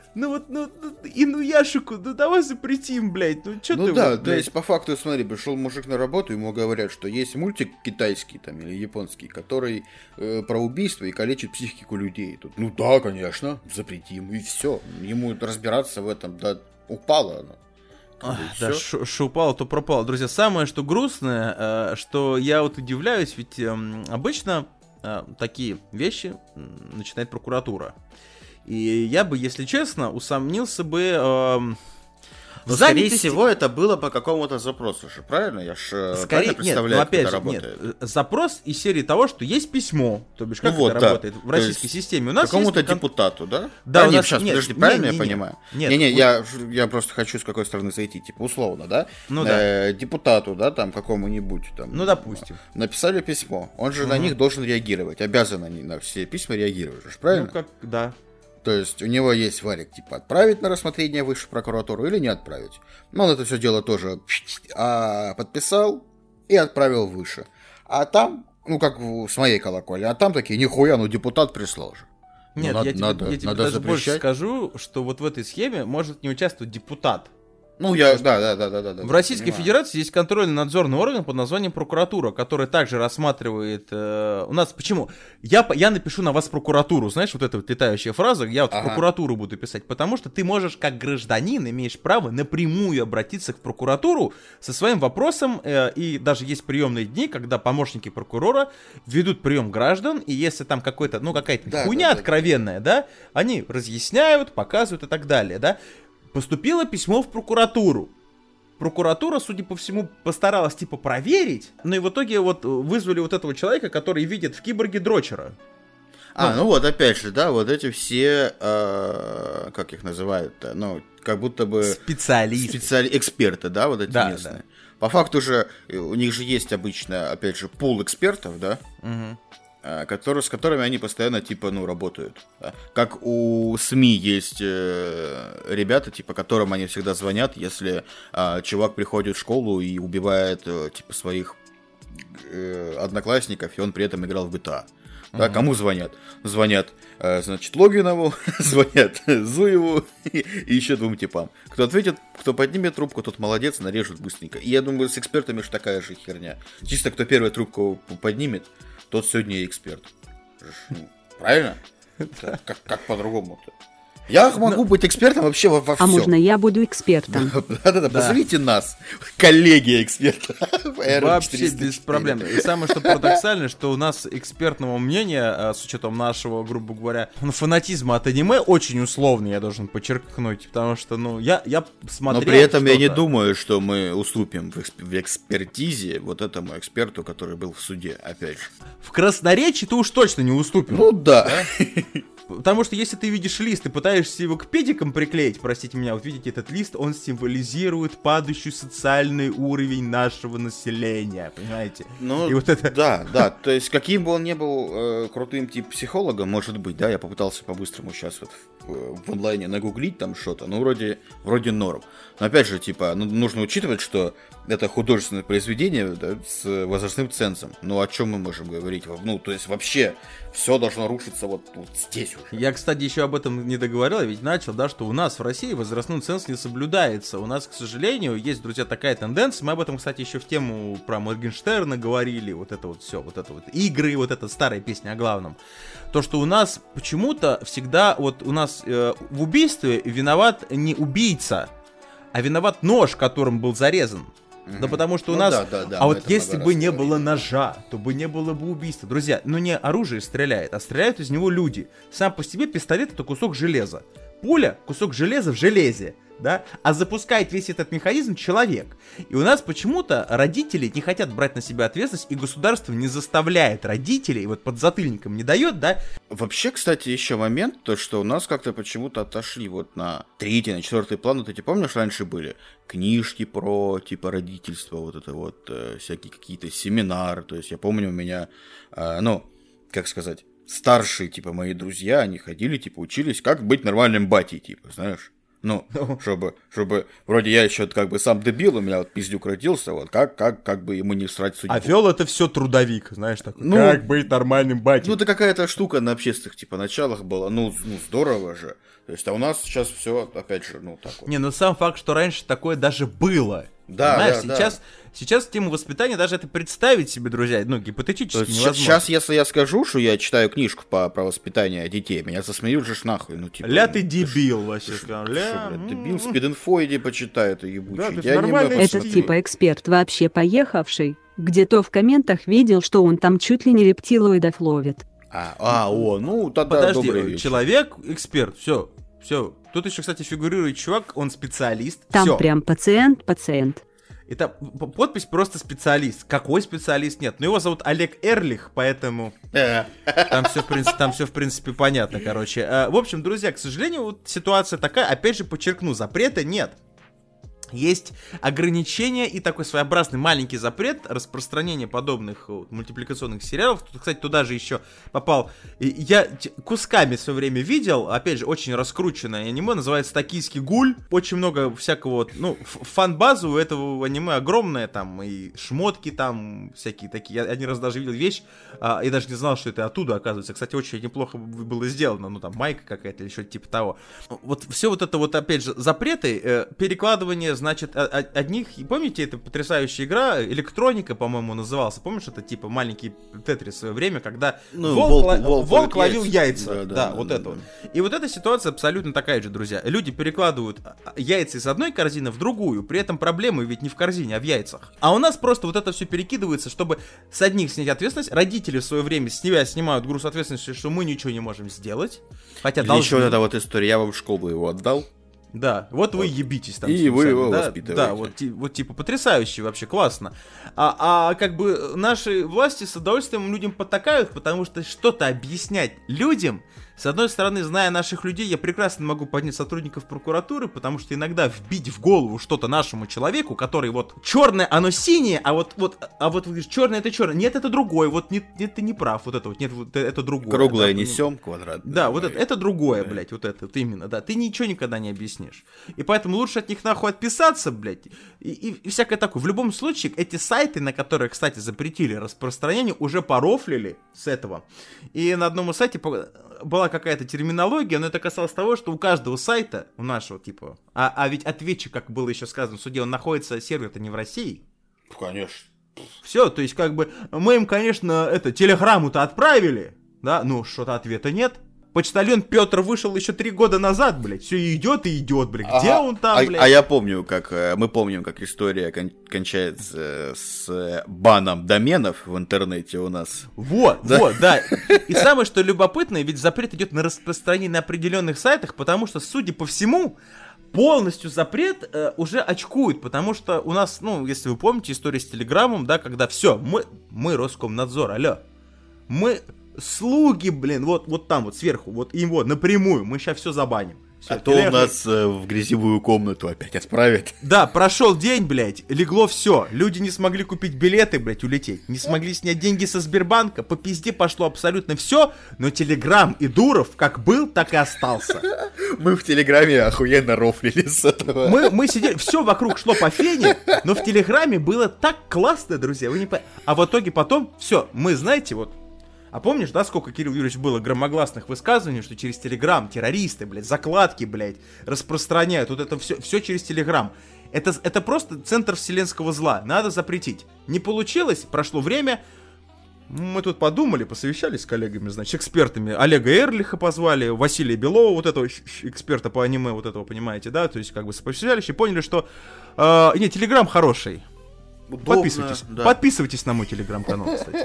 [SPEAKER 3] Инуяшику, давай запретим, блядь, чё ты...
[SPEAKER 4] Да,
[SPEAKER 3] вот,
[SPEAKER 4] то есть по факту, смотри, пришел мужик на работу, ему говорят, что есть мультик китайский там или японский, который про убийство и калечит психику людей. Тут, да, конечно, запретим, и все. Ему разбираться в этом, упало оно.
[SPEAKER 3] Да, что упало, то пропало. Друзья, самое, что грустное, что я вот удивляюсь, ведь обычно такие вещи начинает прокуратура. И я бы, если честно, усомнился бы...
[SPEAKER 4] Скорее всего, это было по какому-то запросу же, правильно? Я ж правильно представляю, как это работает.
[SPEAKER 3] Нет, запрос из серии того, что есть письмо, то бишь, как это работает в российской системе. У нас
[SPEAKER 4] какому-то депутату, да?
[SPEAKER 3] Да,
[SPEAKER 4] нет, сейчас, подожди, правильно я понимаю?
[SPEAKER 3] Нет,
[SPEAKER 4] я просто хочу с какой стороны зайти, типа, условно, да?
[SPEAKER 3] Да.
[SPEAKER 4] Депутату, да, там, какому-нибудь, там...
[SPEAKER 3] допустим.
[SPEAKER 4] Написали письмо, он же на них должен реагировать, обязан они на все письма реагировать, правильно?
[SPEAKER 3] Да.
[SPEAKER 4] То есть у него есть варик, типа, отправить на рассмотрение в высшую прокуратуру или не отправить. Он это все дело тоже подписал и отправил выше. А там, как с моей колокольни, а там такие, нихуя, депутат прислал же.
[SPEAKER 3] Нет, я тебе даже больше скажу, что вот в этой схеме может не участвовать депутат.
[SPEAKER 4] Да.
[SPEAKER 3] В Российской Федерации есть контрольно-надзорный орган под названием прокуратура, который также рассматривает... у нас почему? Я напишу на вас прокуратуру, знаешь, вот эта вот летающая фраза, я вот прокуратуру буду писать, потому что ты можешь, как гражданин, имеешь право напрямую обратиться к прокуратуру со своим вопросом, и даже есть приемные дни, когда помощники прокурора ведут прием граждан, и если там какая-то хуйня откровенная, да, они разъясняют, показывают и так далее, да. Поступило письмо в прокуратуру. Прокуратура, судя по всему, постаралась типа проверить, но и в итоге вот вызвали вот этого человека, который видит в киборге дрочера.
[SPEAKER 4] Опять же, да, вот эти все, как их называют-то, как будто бы...
[SPEAKER 3] Специалисты.
[SPEAKER 4] Эксперты, да, вот эти местные. Да. По факту же, у них же есть обычно, опять же, пул экспертов, да, с которыми они постоянно, типа, работают. Да? Как у СМИ есть ребята, типа, которым они всегда звонят, если чувак приходит в школу и убивает, типа, своих одноклассников, и он при этом играл в GTA. Да, кому звонят? Звонят, значит, Логинову, звонят Зуеву и еще двум типам. Кто ответит, кто поднимет трубку, тот молодец, нарежут быстренько. И я думаю, с экспертами же такая же херня. Чисто кто первую трубку поднимет, тот сегодня и эксперт. Правильно? Как по-другому-то? Я могу быть экспертом вообще во всем.
[SPEAKER 5] А можно я буду экспертом?
[SPEAKER 4] Да-да-да, позовите нас, коллеги эксперта.
[SPEAKER 3] Вообще без проблем. И самое что парадоксальное, что у нас экспертного мнения, с учетом нашего, грубо говоря, фанатизма от аниме, очень условный, я должен подчеркнуть, потому что, я смотрел.
[SPEAKER 4] Но при этом я не думаю, что мы уступим в экспертизе вот этому эксперту, который был в суде, опять же.
[SPEAKER 3] В красноречии ты уж точно не уступим.
[SPEAKER 4] Да.
[SPEAKER 3] Потому что если ты видишь лист и пытаешься его к педикам приклеить, простите меня, вот видите этот лист, он символизирует падающий социальный уровень нашего населения, понимаете?
[SPEAKER 4] И вот это... Да, то есть каким бы он ни был крутым тип психологом, может быть, да, я попытался по-быстрому сейчас вот в онлайне нагуглить там что-то, вроде норм. Но опять же, типа, нужно учитывать, что это художественное произведение, да, с возрастным цензом. О чем мы можем говорить? То есть вообще все должно рушиться вот здесь уже.
[SPEAKER 3] Я, кстати, еще об этом не договорил, я ведь начал, да, что у нас в России возрастной ценз не соблюдается. У нас, к сожалению, есть, друзья, такая тенденция. Мы об этом, кстати, еще в тему про Моргенштерна говорили, вот это вот все, вот это вот игры, вот эта старая песня о главном. То, что у нас почему-то всегда, вот у нас в убийстве виноват не убийца, а виноват нож, которым был зарезан. Да потому что у нас... А вот если бы не было ножа, то бы не было бы убийства. Друзья, не оружие стреляет, а стреляют из него люди. Сам по себе пистолет — это кусок железа. Пуля — кусок железа в железе. Да? А запускает весь этот механизм человек. И у нас почему-то родители не хотят брать на себя ответственность, и государство не заставляет родителей, вот подзатыльником не дает, да?
[SPEAKER 4] Вообще, кстати, еще момент, то, что у нас как-то почему-то отошли вот на третий, на четвертый план, вот эти, помнишь, раньше были книжки про, типа, родительство, вот это вот, всякие какие-то семинары, то есть я помню, у меня, как сказать, старшие, типа, мои друзья, они ходили, типа, учились, как быть нормальным батей, типа, знаешь? Ну, чтобы вроде я еще как бы сам дебил, у меня вот пиздюк родился, вот как бы ему не срать судьбу.
[SPEAKER 3] А вел это все трудовик, знаешь, такой,
[SPEAKER 4] Ну,
[SPEAKER 3] как быть нормальным батей.
[SPEAKER 4] Ну, это какая-то штука на общественных, типа, началах была, ну здорово же. То есть, а у нас сейчас все, опять же, ну, так вот.
[SPEAKER 3] Не, ну сам факт, что раньше такое даже было.
[SPEAKER 4] Да,
[SPEAKER 3] понимаешь,
[SPEAKER 4] да,
[SPEAKER 3] сейчас тему воспитания даже это представить себе, друзья, ну, гипотетически
[SPEAKER 4] То есть,
[SPEAKER 3] невозможно.
[SPEAKER 4] сейчас, если я скажу, что я читаю книжку про воспитание детей, меня засмеют же нахуй, ну, типа...
[SPEAKER 3] Ля
[SPEAKER 4] ну,
[SPEAKER 3] ты дебил, вообще, сказал.
[SPEAKER 4] Что,
[SPEAKER 3] Ля,
[SPEAKER 4] блядь, дебил, спид-инфо иди почитай, это ебучий.
[SPEAKER 3] Да, то есть
[SPEAKER 4] Я аниме
[SPEAKER 3] нормальный
[SPEAKER 5] Этот
[SPEAKER 4] посмотрю.
[SPEAKER 5] типа эксперт вообще поехавший, где-то в комментах видел, что он там чуть ли не рептилоидов ловит.
[SPEAKER 4] Ну, тогда добрый
[SPEAKER 3] подожди,
[SPEAKER 4] вечер.
[SPEAKER 3] человек, эксперт, все. Тут еще, кстати, фигурирует чувак, он специалист.
[SPEAKER 5] Там
[SPEAKER 3] всё.
[SPEAKER 5] прям пациент.
[SPEAKER 3] Это подпись просто специалист. Какой специалист? Нет. Но его зовут Олег Эрлих, поэтому там все в принципе понятно, короче. В общем, друзья, к сожалению, вот ситуация такая. Опять же, подчеркну, запрета нет. Есть ограничения и такой своеобразный маленький запрет распространения подобных вот, мультипликационных сериалов. Тут, кстати, туда же еще попал... Я кусками в свое время видел, опять же, очень раскрученное аниме, называется «Токийский гуль». Очень много всякого, вот, ну, фан-база у этого аниме огромная, там, и шмотки там всякие такие. Я один раз даже видел вещь, и даже не знал, что это оттуда, оказывается. Кстати, очень неплохо было сделано, ну, там, майка какая-то или что-то типа того. Вот все вот это вот, опять же, запреты, перекладывание, значит, одних, помните, это потрясающая игра, электроника, по-моему, назывался, помнишь, это типа маленький Тетрис в свое время, когда волк ловил яйца, да, вот это вот. И вот эта ситуация абсолютно такая же, друзья. Люди перекладывают яйца из одной корзины в другую, при этом проблемы ведь не в корзине, а в яйцах. А у нас просто вот это все перекидывается, чтобы с одних снять ответственность, родители в свое время с себя снимают груз ответственности, что мы ничего не можем сделать, хотя должны.
[SPEAKER 4] Еще вот эта вот история, я вам в школу его отдал.
[SPEAKER 3] Да, вот вы ебитесь там.
[SPEAKER 4] И вы его
[SPEAKER 3] да,
[SPEAKER 4] воспитываете.
[SPEAKER 3] Да, вот типа потрясающе, вообще классно. А как бы наши власти с удовольствием людям потакают, потому что что-то объяснять людям, с одной стороны, зная наших людей, я прекрасно могу поднять сотрудников прокуратуры, потому что иногда вбить в голову что-то нашему человеку, который вот черное, оно синее, а вот вы говорите, черное это черное, нет, это другое, вот нет, ты не прав, вот это вот, нет, вот это другое.
[SPEAKER 4] Круглое
[SPEAKER 3] да,
[SPEAKER 4] несем, квадратное.
[SPEAKER 3] Да, вот это другое, блядь, вот это вот именно, да, ты ничего никогда не объяснишь. И поэтому лучше от них нахуй отписаться, блядь, и всякое такое. В любом случае, эти сайты, на которые, кстати, запретили распространение, уже порофлили с этого. И на одном из сайте была какая-то терминология, но это касалось того, что у каждого сайта, у нашего типа, а ведь ответчик, как было еще сказано в суде, он находится, сервер-то не в России.
[SPEAKER 4] Конечно.
[SPEAKER 3] Все, то есть как бы мы им, конечно, телеграмму-то отправили, да, ну что-то ответа нет. Почтальон Петр вышел еще 3 года назад, блядь, все идет и идет, блядь, где он там, блядь?
[SPEAKER 4] А я помню, мы помним, как история кончается с баном доменов в интернете у нас.
[SPEAKER 3] Вот, да. И самое, что любопытное, ведь запрет идет на распространение на определенных сайтах, потому что, судя по всему, полностью запрет уже очкует, потому что у нас, ну, если вы помните историю с Телеграмом, да, когда все, мы Роскомнадзор, алло, мы слуги, блин, вот там вот сверху, вот им вот напрямую, мы сейчас все забаним. Всё,
[SPEAKER 4] а то у нас в грязевую комнату опять отправят.
[SPEAKER 3] Да, прошел день, блядь, легло все. Люди не смогли купить билеты, блядь, улететь. Не смогли снять деньги со Сбербанка. По пизде пошло абсолютно все. Но Телеграм и Дуров как был, так и остался.
[SPEAKER 4] Мы в Телеграме охуенно рофлили с этого.
[SPEAKER 3] Мы сидели, все вокруг шло по фене, но в Телеграме было так классно, друзья. Вы не А в итоге потом, все, мы, знаете, вот. А помнишь, да, сколько, Кирилл Юрьевич, было громогласных высказываний, что через Телеграм террористы, блядь, закладки, блядь, распространяют, вот это все через Телеграм. Это просто центр вселенского зла, надо запретить. Не получилось, прошло время, мы тут подумали, посовещались с коллегами, значит, экспертами. Олега Эрлиха позвали, Василия Белова, вот этого эксперта по аниме, вот этого, понимаете, да, то есть как бы совещались и поняли, что, нет, Телеграм хороший.
[SPEAKER 4] Удобно,
[SPEAKER 3] подписывайтесь на мой Телеграм-канал, кстати.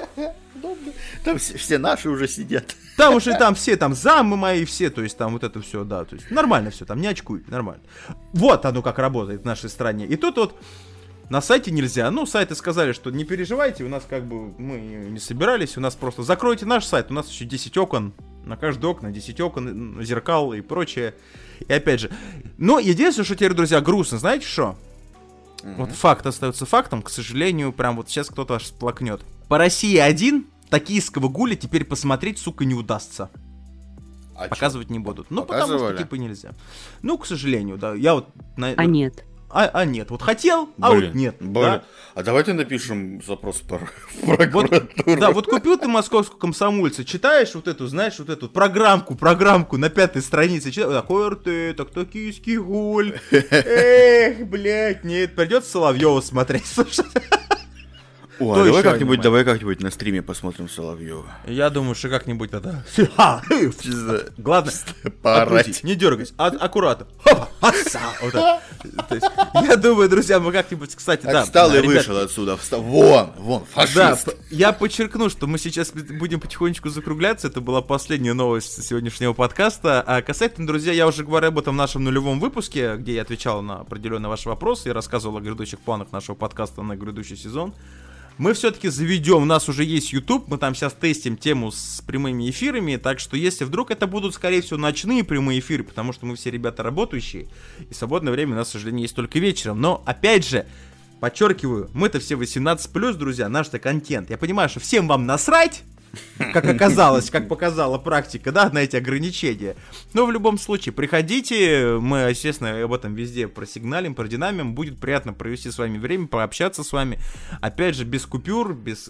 [SPEAKER 4] Там все наши уже сидят.
[SPEAKER 3] Там уже там все, там замы мои все, то есть там вот это все, да, то есть нормально все, там не очкуй, нормально. Вот оно как работает в нашей стране. И тут вот на сайте нельзя, ну, сайты сказали, что не переживайте, у нас как бы мы не собирались, у нас просто закройте наш сайт, у нас еще 10 окон, на каждое окна 10 окон, зеркал и прочее. И опять же, но единственное, что теперь, друзья, грустно, знаете что? Вот факт остается фактом, к сожалению, прям вот сейчас кто-то аж всплакнет. По России 1 токийского гуля теперь посмотреть, сука, не удастся. Показывать не будут. Ну, потому
[SPEAKER 4] Показывали?
[SPEAKER 3] что, типа, нельзя. Ну, к сожалению, да. Я вот...
[SPEAKER 5] А нет.
[SPEAKER 3] Нет. Вот хотел, а вот нет. Да?
[SPEAKER 4] А давайте напишем запрос в
[SPEAKER 3] Вот,
[SPEAKER 4] прокуратуру.
[SPEAKER 3] да, вот купил ты московскую комсомольца, читаешь вот эту, знаешь, вот эту программку на 5-й странице, читаешь, такой РТ, так токийский голь. Эх, блядь, нет, придется Соловьева смотреть, слушай.
[SPEAKER 4] О,
[SPEAKER 3] Кто еще
[SPEAKER 4] давай как-нибудь на стриме посмотрим Соловьева.
[SPEAKER 3] Я думаю, что как-нибудь тогда. Главное,
[SPEAKER 4] Поорать.
[SPEAKER 3] открутить, не дергайся, аккуратно. Хопа, отца. Вот так. То есть, я думаю, друзья, мы как-нибудь, кстати,
[SPEAKER 4] Так
[SPEAKER 3] да.
[SPEAKER 4] встал и
[SPEAKER 3] ребят,
[SPEAKER 4] вышел отсюда. Вон,
[SPEAKER 3] Да,
[SPEAKER 4] фашист.
[SPEAKER 3] я подчеркну, что мы сейчас будем потихонечку закругляться. Это была последняя новость сегодняшнего подкаста. А касательно, друзья, я уже говорю об этом в нашем нулевом выпуске, где я отвечал на определенные ваши вопросы и рассказывал о грядущих планах нашего подкаста на грядущий сезон. Мы все-таки заведем, у нас уже есть YouTube, мы там сейчас тестим тему с прямыми эфирами, так что если вдруг это будут, скорее всего, ночные прямые эфиры, потому что мы все ребята работающие, и свободное время у нас, к сожалению, есть только вечером, но, опять же, подчеркиваю, мы-то все 18+, друзья, наш-то контент. Я понимаю, что всем вам насрать, как оказалось, как показала практика, да, на эти ограничения. Но в любом случае, приходите, мы, естественно, об этом везде просигналим, продинамим, будет приятно провести с вами время, пообщаться с вами. Опять же, без купюр, без...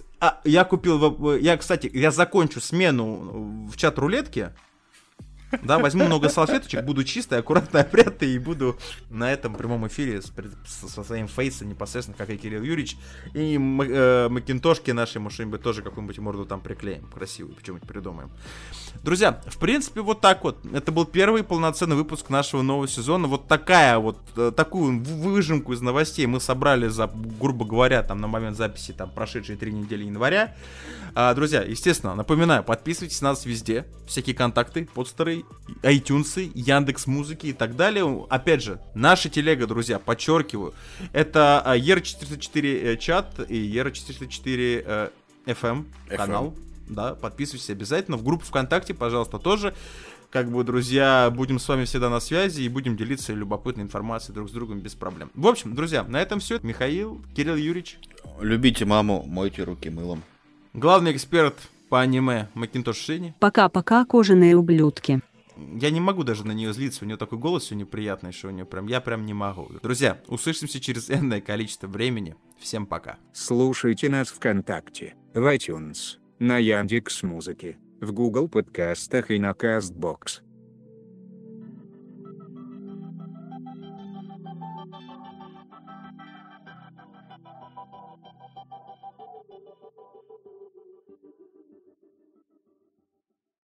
[SPEAKER 3] Кстати, я закончу смену в чат-рулетке. Да, возьму много салфеточек, буду чистый, аккуратно, опрятный и буду на этом прямом эфире со своим фейсом непосредственно, как и Кирилл Юрьевич. И макинтошки наши, мы что-нибудь тоже какую-нибудь морду там приклеим, красивую, почему-нибудь придумаем. Друзья, в принципе, вот так вот. Это был первый полноценный выпуск нашего нового сезона. Вот такую выжимку из новостей мы собрали за, грубо говоря, там на момент записи там прошедшие 3 недели января. Друзья, естественно, напоминаю, подписывайтесь на нас везде. Всякие контакты, подстеры, iTunes, Яндекс.Музыки и так далее. Опять же, наша телега, друзья, подчеркиваю, это ER404 чат и ER404 FM канал. Да, подписывайтесь обязательно. В группу ВКонтакте, пожалуйста, тоже. Как бы, друзья, будем с вами всегда на связи и будем делиться любопытной информацией друг с другом без проблем. В общем, друзья, на этом все. Михаил, Кирилл Юрьевич.
[SPEAKER 4] Любите маму, мойте руки мылом.
[SPEAKER 3] Главный эксперт по аниме Макинтош Шини.
[SPEAKER 5] Пока-пока, кожаные ублюдки.
[SPEAKER 3] Я не могу даже на нее злиться, у нее такой голос сегодня приятный, что у нее я прям не могу. Друзья, услышимся через энное количество времени. Всем пока.
[SPEAKER 6] Слушайте нас ВКонтакте, в iTunes, на Яндекс.Музыке, в Google подкастах и на Castbox.